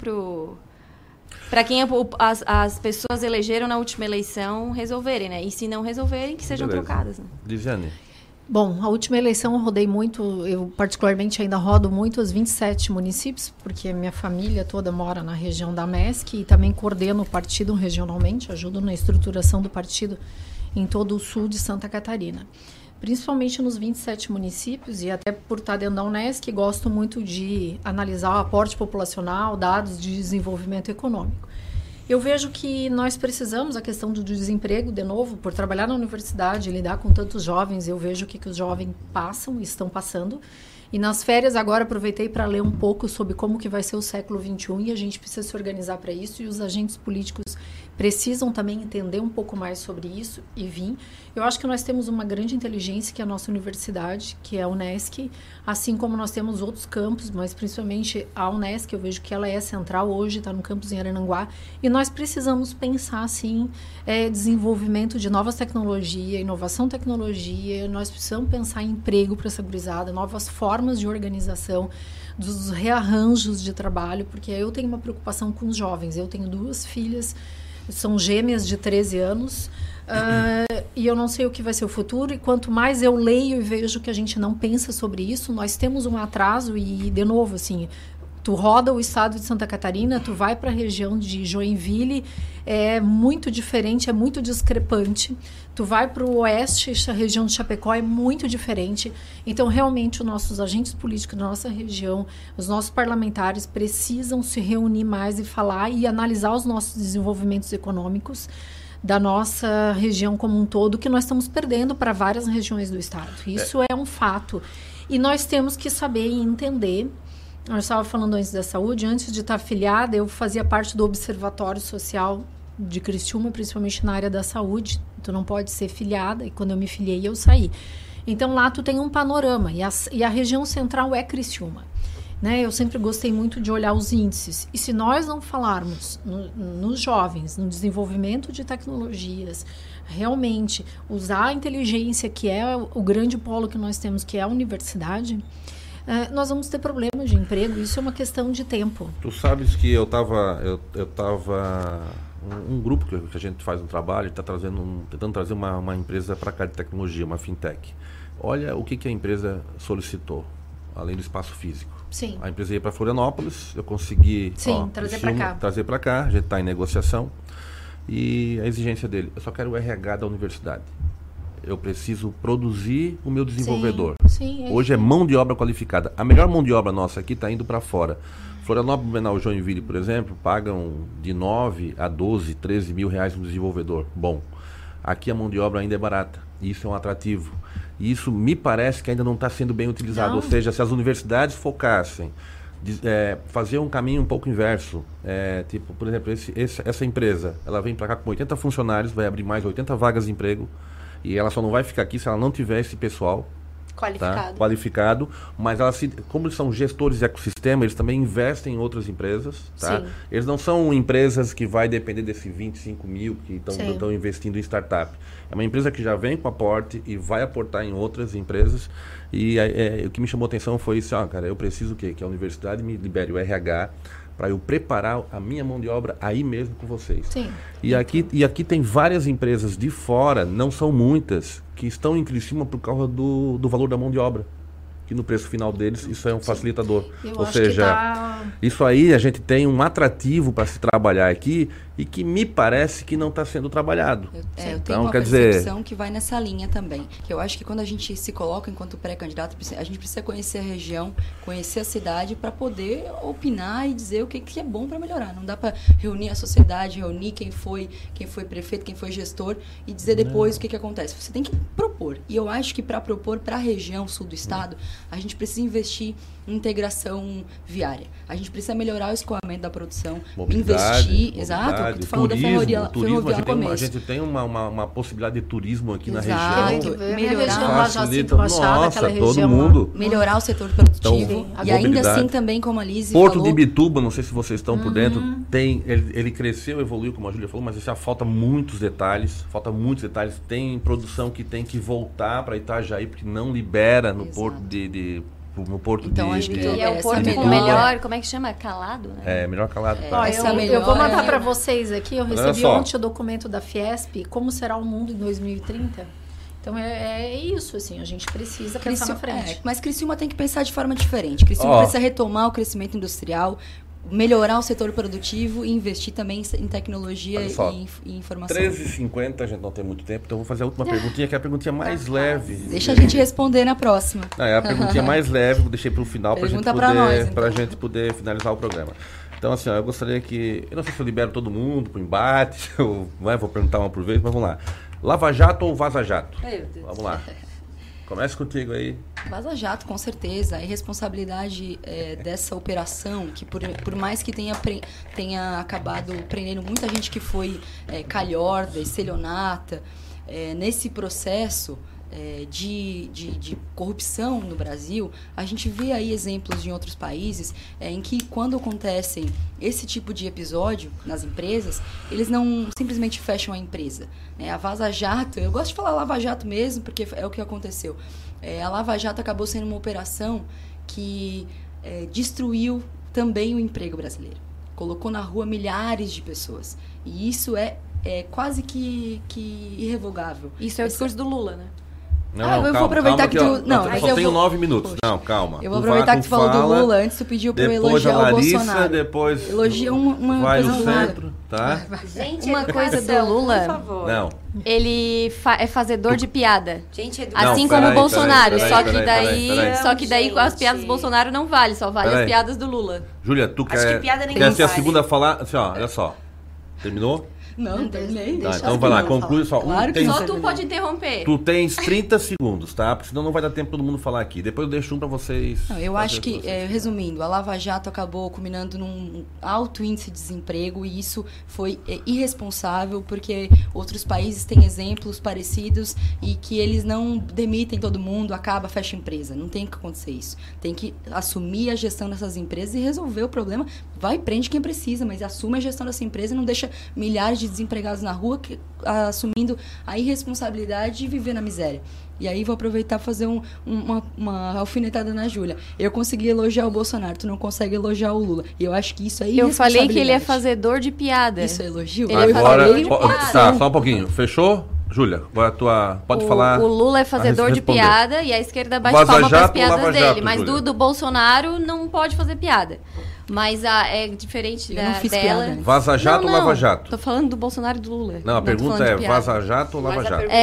para quem as pessoas elegeram na última eleição resolverem, né? E se não resolverem, que sejam trocadas, né? Diziane. Bom, a última eleição eu rodei muito, eu particularmente ainda rodo muito os 27 municípios, porque a minha família toda mora na região da MESC e também coordeno o partido regionalmente, ajudo na estruturação do partido em todo o sul de Santa Catarina. Principalmente nos 27 municípios e até por estar dentro da Unesc, gosto muito de analisar o aporte populacional, dados de desenvolvimento econômico. Eu vejo que nós precisamos, a questão do desemprego, de novo, por trabalhar na universidade, lidar com tantos jovens, eu vejo o que os jovens passam e estão passando. E nas férias agora aproveitei para ler um pouco sobre como que vai ser o século XXI e a gente precisa se organizar para isso e os agentes políticos precisam também entender um pouco mais sobre isso e vir. Eu acho que nós temos uma grande inteligência que é a nossa universidade, que é a Unesc, assim como nós temos outros campos, mas principalmente a Unesc, eu vejo que ela é central hoje, está no campus em Araranguá, e nós precisamos pensar, assim, desenvolvimento de novas tecnologias, inovação tecnologia, nós precisamos pensar em emprego para essa gurizada, novas formas de organização, dos rearranjos de trabalho, porque eu tenho uma preocupação com os jovens, eu tenho 2 filhas, são gêmeas de 13 anos, e eu não sei o que vai ser o futuro, e quanto mais eu leio e vejo que a gente não pensa sobre isso, nós temos um atraso e, de novo, assim, tu roda o estado de Santa Catarina, tu vai para a região de Joinville, é muito diferente, é muito discrepante. Tu vai para o oeste, a região de Chapecó é muito diferente. Então, realmente, os nossos agentes políticos da nossa região, os nossos parlamentares precisam se reunir mais e falar e analisar os nossos desenvolvimentos econômicos da nossa região como um todo, que nós estamos perdendo para várias regiões do estado. Isso é um fato. E nós temos que saber e entender. Eu estava falando antes da saúde, antes de estar afiliada, eu fazia parte do Observatório Social de Criciúma, principalmente na área da saúde. Tu não pode ser filiada, e quando eu me filiei, eu saí. Então, lá tu tem um panorama, e a região central é Criciúma. Né? Eu sempre gostei muito de olhar os índices. E se nós não falarmos nos jovens, no desenvolvimento de tecnologias, realmente usar a inteligência, que é o grande polo que nós temos, que é a universidade, nós vamos ter problemas de emprego. Isso é uma questão de tempo. Tu sabes que eu tava um grupo que a gente faz um trabalho, está tentando trazer uma empresa para cá de tecnologia, uma fintech. Olha o que a empresa solicitou, além do espaço físico. Sim. A empresa ia para Florianópolis, eu consegui trazer para cá, a gente está em negociação. E a exigência dele, eu só quero o RH da universidade. eu preciso produzir o meu desenvolvedor. Sim, Hoje é mão de obra qualificada. A melhor mão de obra nossa aqui está indo para fora. Florianópolis, Blumenau, Joinville, por exemplo, pagam de 9 a 12, 13 mil reais um desenvolvedor. Bom, aqui a mão de obra ainda é barata. E isso é um atrativo. E isso me parece que ainda não está sendo bem utilizado. Ou seja, se as universidades focassem, fazer um caminho um pouco inverso. Tipo, por exemplo, essa empresa, ela vem para cá com 80 funcionários, vai abrir mais 80 vagas de emprego. E ela só não vai ficar aqui se ela não tiver esse pessoal qualificado, mas como eles são gestores de ecossistema, eles também investem em outras empresas, tá? Sim. Eles não são empresas que vai depender desse 25 mil que estão investindo em startup. É uma empresa que já vem com aporte e vai aportar em outras empresas. E o que me chamou a atenção foi isso, cara, eu preciso que a universidade me libere o RH para eu preparar a minha mão de obra aí mesmo com vocês. Sim. E aqui tem várias empresas de fora, não são muitas, que estão em Criciúma por causa do valor da mão de obra. Que no preço final deles, isso é um facilitador. Ou seja, isso aí a gente tem um atrativo para se trabalhar aqui e que me parece que não está sendo trabalhado. Eu tenho uma percepção que vai nessa linha também. Que eu acho que quando a gente se coloca enquanto pré-candidato, a gente precisa conhecer a região, conhecer a cidade para poder opinar e dizer o que é bom para melhorar. Não dá para reunir a sociedade, reunir quem foi prefeito, quem foi gestor e dizer depois o que acontece. Você tem que propor. E eu acho que para propor para a região sul do estado, a gente precisa investir em integração viária. A gente precisa melhorar o escoamento da produção, investir, exato, tu falou da ferrovia no começo. A gente tem uma possibilidade de turismo aqui na região. Melhorar todo mundo. Melhorar o setor produtivo. Então, e ainda assim também, como a Lizy falou... Porto de Ibituba, não sei se vocês estão por dentro, ele cresceu, evoluiu, como a Júlia falou, mas já falta muitos detalhes. Tem produção que tem que voltar para Itajaí, porque não libera no porto no porto E é o porto com melhor, como é que chama? Calado, né? Melhor calado. Eu vou mandar para vocês aqui, eu recebi ontem o documento da Fiesp, como será o mundo em 2030. Então é isso, assim, a gente precisa pensar na frente. Mas Criciúma tem que pensar de forma diferente. Criciúma precisa retomar o crescimento industrial, melhorar o setor produtivo e investir também em tecnologia e informação. 13h50, a gente não tem muito tempo, então vou fazer a última perguntinha, que é a perguntinha mais leve. Deixa a gente responder na próxima. É a perguntinha mais leve, deixei para o final para a gente poder finalizar o programa. Então, assim, eu gostaria que... Eu não sei se eu libero todo mundo para o embate, vou perguntar uma por vez, mas vamos lá. Lava Jato ou Vaza Jato? Meu Deus. Vamos lá. Comece contigo aí. Vaza Jato, com certeza. A irresponsabilidade dessa operação, que por mais que tenha acabado prendendo muita gente que foi calhorda, estelionata, nesse processo de corrupção no Brasil, a gente vê aí exemplos em outros países em que quando acontecem esse tipo de episódio nas empresas, eles não simplesmente fecham a empresa. A Vaza Jato, eu gosto de falar Lava Jato mesmo, porque é o que aconteceu. A Lava Jato acabou sendo uma operação que destruiu também o emprego brasileiro. Colocou na rua milhares de pessoas. E isso é quase que irrevogável. Isso é o discurso do Lula, né? Eu vou aproveitar que tu... Só tenho 9 minutos. Não, calma. Eu vou aproveitar que tu falou do Lula. Antes tu pediu para eu elogiar o Bolsonaro. Depois elogia uma vai coisa no centro, tá? Gente, uma coisa do Lula, por favor. Não. Ele é fazedor de piada. Gente, assim como o Bolsonaro. Só que daí as piadas do Bolsonaro não valem, só valem as piadas do Lula. Júlia, tu quer ser a segunda a falar? Assim, olha só. Terminou? Não, terminei. Então vai lá, conclui só. Claro só tu pode interromper. Tu tens 30 segundos, tá? Porque senão não vai dar tempo todo mundo falar aqui. Depois eu deixo um pra vocês. Eu acho que, resumindo, a Lava Jato acabou culminando num alto índice de desemprego e isso foi irresponsável porque outros países têm exemplos parecidos e que eles não demitem todo mundo, fecha a empresa. Não tem que acontecer isso. Tem que assumir a gestão dessas empresas e resolver o problema. Vai e prende quem precisa, mas assume a gestão dessa empresa e não deixa milhares de desempregados na rua assumindo a irresponsabilidade de viver na miséria. E aí vou aproveitar e fazer uma alfinetada na Júlia. Eu consegui elogiar o Bolsonaro, tu não consegue elogiar o Lula. E eu acho que isso é irresponsabilidade. Eu falei que ele é fazedor de piada. Isso é elogio? Tá, só um pouquinho. Fechou? Júlia, agora pode falar. O Lula é fazedor de piada e a esquerda bate palma para as piadas dele. Mas do Bolsonaro não pode fazer piada. Mas é diferente Eu não fiz dela. piada. Vaza Jato ou Lava Jato? Tô falando do Bolsonaro e do Lula. Não, a pergunta é Vaza Jato ou Lava Jato?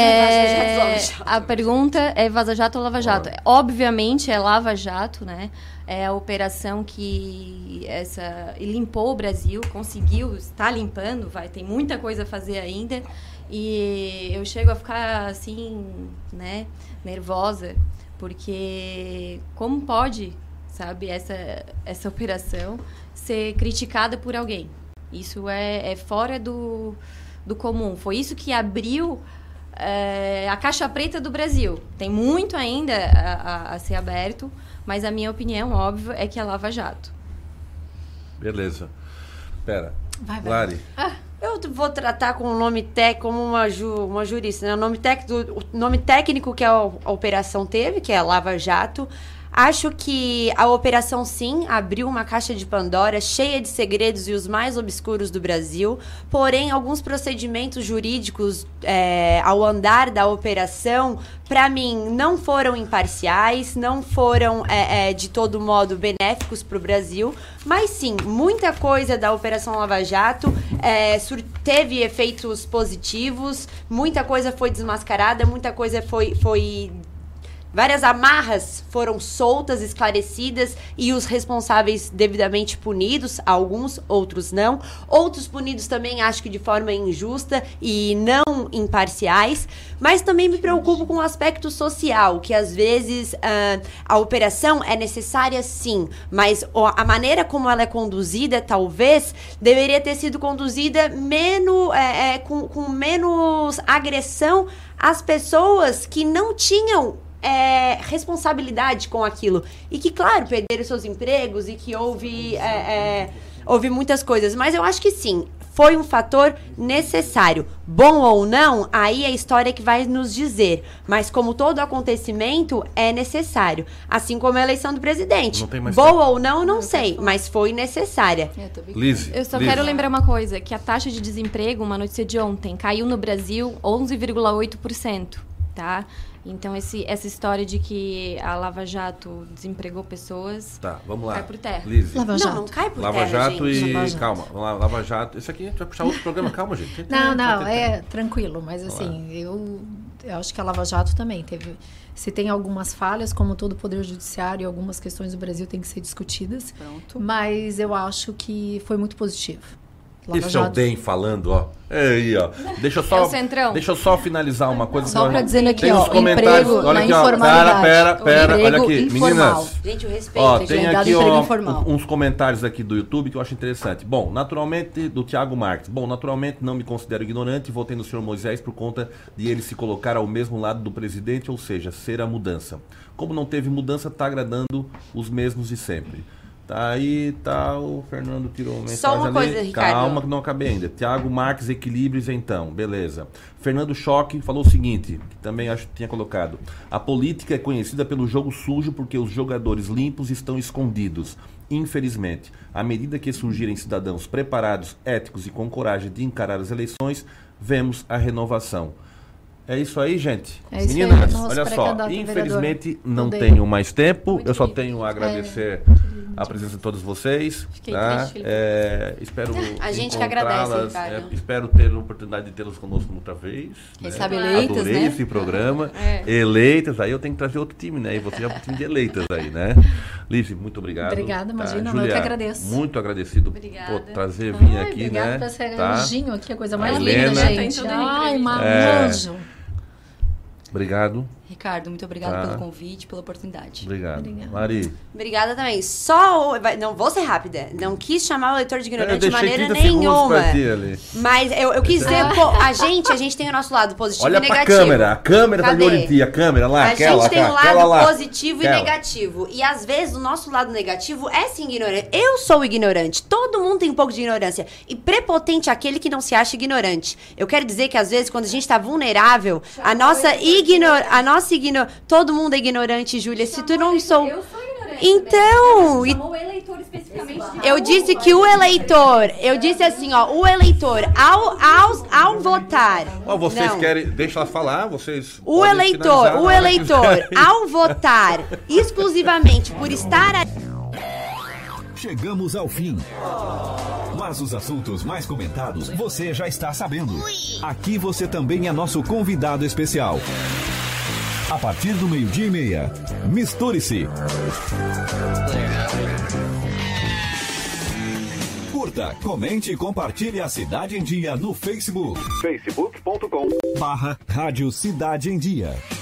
A pergunta é Vaza Jato ou Lava Jato? Obviamente é Lava Jato, né? É a operação que limpou o Brasil, conseguiu, está limpando, tem muita coisa a fazer ainda. E eu chego a ficar assim, né, nervosa, porque como pode, sabe, essa operação ser criticada por alguém? Isso é fora do comum. Foi isso que abriu a caixa preta do Brasil. Tem muito ainda a ser aberto, mas a minha opinião, óbvio, é que é Lava Jato. Beleza. Pera. Vai. Lari. Eu vou tratar com o nome técnico como uma jurista, né? O nome técnico que a operação teve, que é a Lava Jato. Acho que a operação, sim, abriu uma caixa de Pandora cheia de segredos e os mais obscuros do Brasil. Porém, alguns procedimentos jurídicos ao andar da operação, para mim, não foram imparciais, não foram, de todo modo, benéficos para o Brasil. Mas, sim, muita coisa da Operação Lava Jato teve efeitos positivos, muita coisa foi desmascarada, muita coisa foi várias amarras foram soltas, esclarecidas e os responsáveis devidamente punidos, alguns, outros não. Outros punidos também acho que de forma injusta e não imparciais. Mas também me preocupo com o aspecto social, que às vezes a operação é necessária sim, mas a maneira como ela é conduzida talvez deveria ter sido conduzida com menos agressão às pessoas que não tinham responsabilidade com aquilo. E que, claro, perderam seus empregos e que houve muitas coisas. Mas eu acho que sim, foi um fator necessário. Bom ou não, aí é a história que vai nos dizer. Mas como todo acontecimento, é necessário. Assim como a eleição do presidente. Boa ou não sei, mas foi necessária. Liz, eu só quero lembrar uma coisa, que a taxa de desemprego, uma notícia de ontem, caiu no Brasil 11,8%, tá? Então, essa história de que a Lava Jato desempregou pessoas... Tá, vamos lá. Cai por terra. Liz. Lava Jato. Não cai por Lava terra, Jato gente. e... Calma, vamos lá, Lava Jato. Isso aqui a gente vai puxar outro programa, calma, gente. Não, tranquilo. Mas assim, eu acho que a Lava Jato também teve... Se tem algumas falhas, como todo o Poder Judiciário, algumas questões do Brasil têm que ser discutidas. Pronto. Mas eu acho que foi muito positivo. Esse é o DEM falando, ó. Aí, ó. Deixa eu só finalizar uma coisa. Só pra dizendo aqui, tem ó, uns comentários. emprego Olha na aqui, ó. informalidade. Pera, olha aqui, informal. meninas. Gente, o respeito. Ó, tem aqui, ó, informal. uns comentários aqui do YouTube que eu acho interessante. Bom, naturalmente, do Thiago Marques. Bom, naturalmente não me considero ignorante e votei no senhor Moisés por conta de ele se colocar ao mesmo lado do presidente, ou seja, ser a mudança. Como não teve mudança, tá agradando os mesmos de sempre. Tá aí, tá, o Fernando tirou uma mensagem. Só uma coisa, Ricardo. Calma que não acabei ainda. Thiago Marques, equilíbrios então, beleza. Fernando Choque falou o seguinte, que também acho que tinha colocado. A política é conhecida pelo jogo sujo porque os jogadores limpos estão escondidos. Infelizmente, à medida que surgirem cidadãos preparados, éticos e com coragem de encarar as eleições, vemos a renovação. É isso aí, gente. É isso Meninas, aí, olha só, infelizmente não Odeio. tenho mais tempo. Eu só tenho a agradecer a presença de todos vocês. Fiquei tá? triste. A gente que agradece, Ricardo. Espero ter a oportunidade de tê-los conosco outra vez. Quem né? sabe eleitas, Adorei né? esse programa. Eleitas, aí eu tenho que trazer outro time, né? E você é o time de eleitas aí, né? Liz, muito obrigado. Obrigada, imagina, Julia, eu que agradeço. Muito agradecido Obrigada. por vir aqui, obrigada né? por esse Tá? anjinho aqui, a coisa mais Helena. linda, gente. Ai, anjo. Obrigado. Ricardo, muito obrigada Tá. pelo convite, pela oportunidade. Obrigado. Mari. Obrigada também. Não vou ser rápida. Não quis chamar o eleitor de ignorante de maneira 30 segundos nenhuma. pra ti ali. Mas eu quis dizer, pô, a gente tem o nosso lado positivo Olha e pra negativo. câmera, a câmera tá de Cadê? olho em ti, a câmera lá, A aquela, gente tem um aquela lado lá. positivo e negativo. E às vezes o nosso lado negativo é sim ignorante. Eu sou ignorante. Todo mundo tem um pouco de ignorância. E prepotente é aquele que não se acha ignorante. Eu quero dizer que às vezes quando a gente tá vulnerável, a nossa ignorância... Todo mundo é ignorante, Júlia. Se tu não sou... Eu sou ignorante. Então... Chamou o eleitor especificamente de Eu disse que o eleitor... Eu disse assim, ó. O eleitor, ao votar... Ó, vocês não. querem... Deixa ela falar, vocês... O podem eleitor, finalizar na hora que quiserem. ao votar exclusivamente por estar Chegamos ao fim. Mas os assuntos mais comentados você já está sabendo. Aqui você também é nosso convidado especial. A partir do 12:30, misture-se. Curta, comente e compartilhe a Cidade em Dia no Facebook. facebook.com/Rádio Cidade em Dia.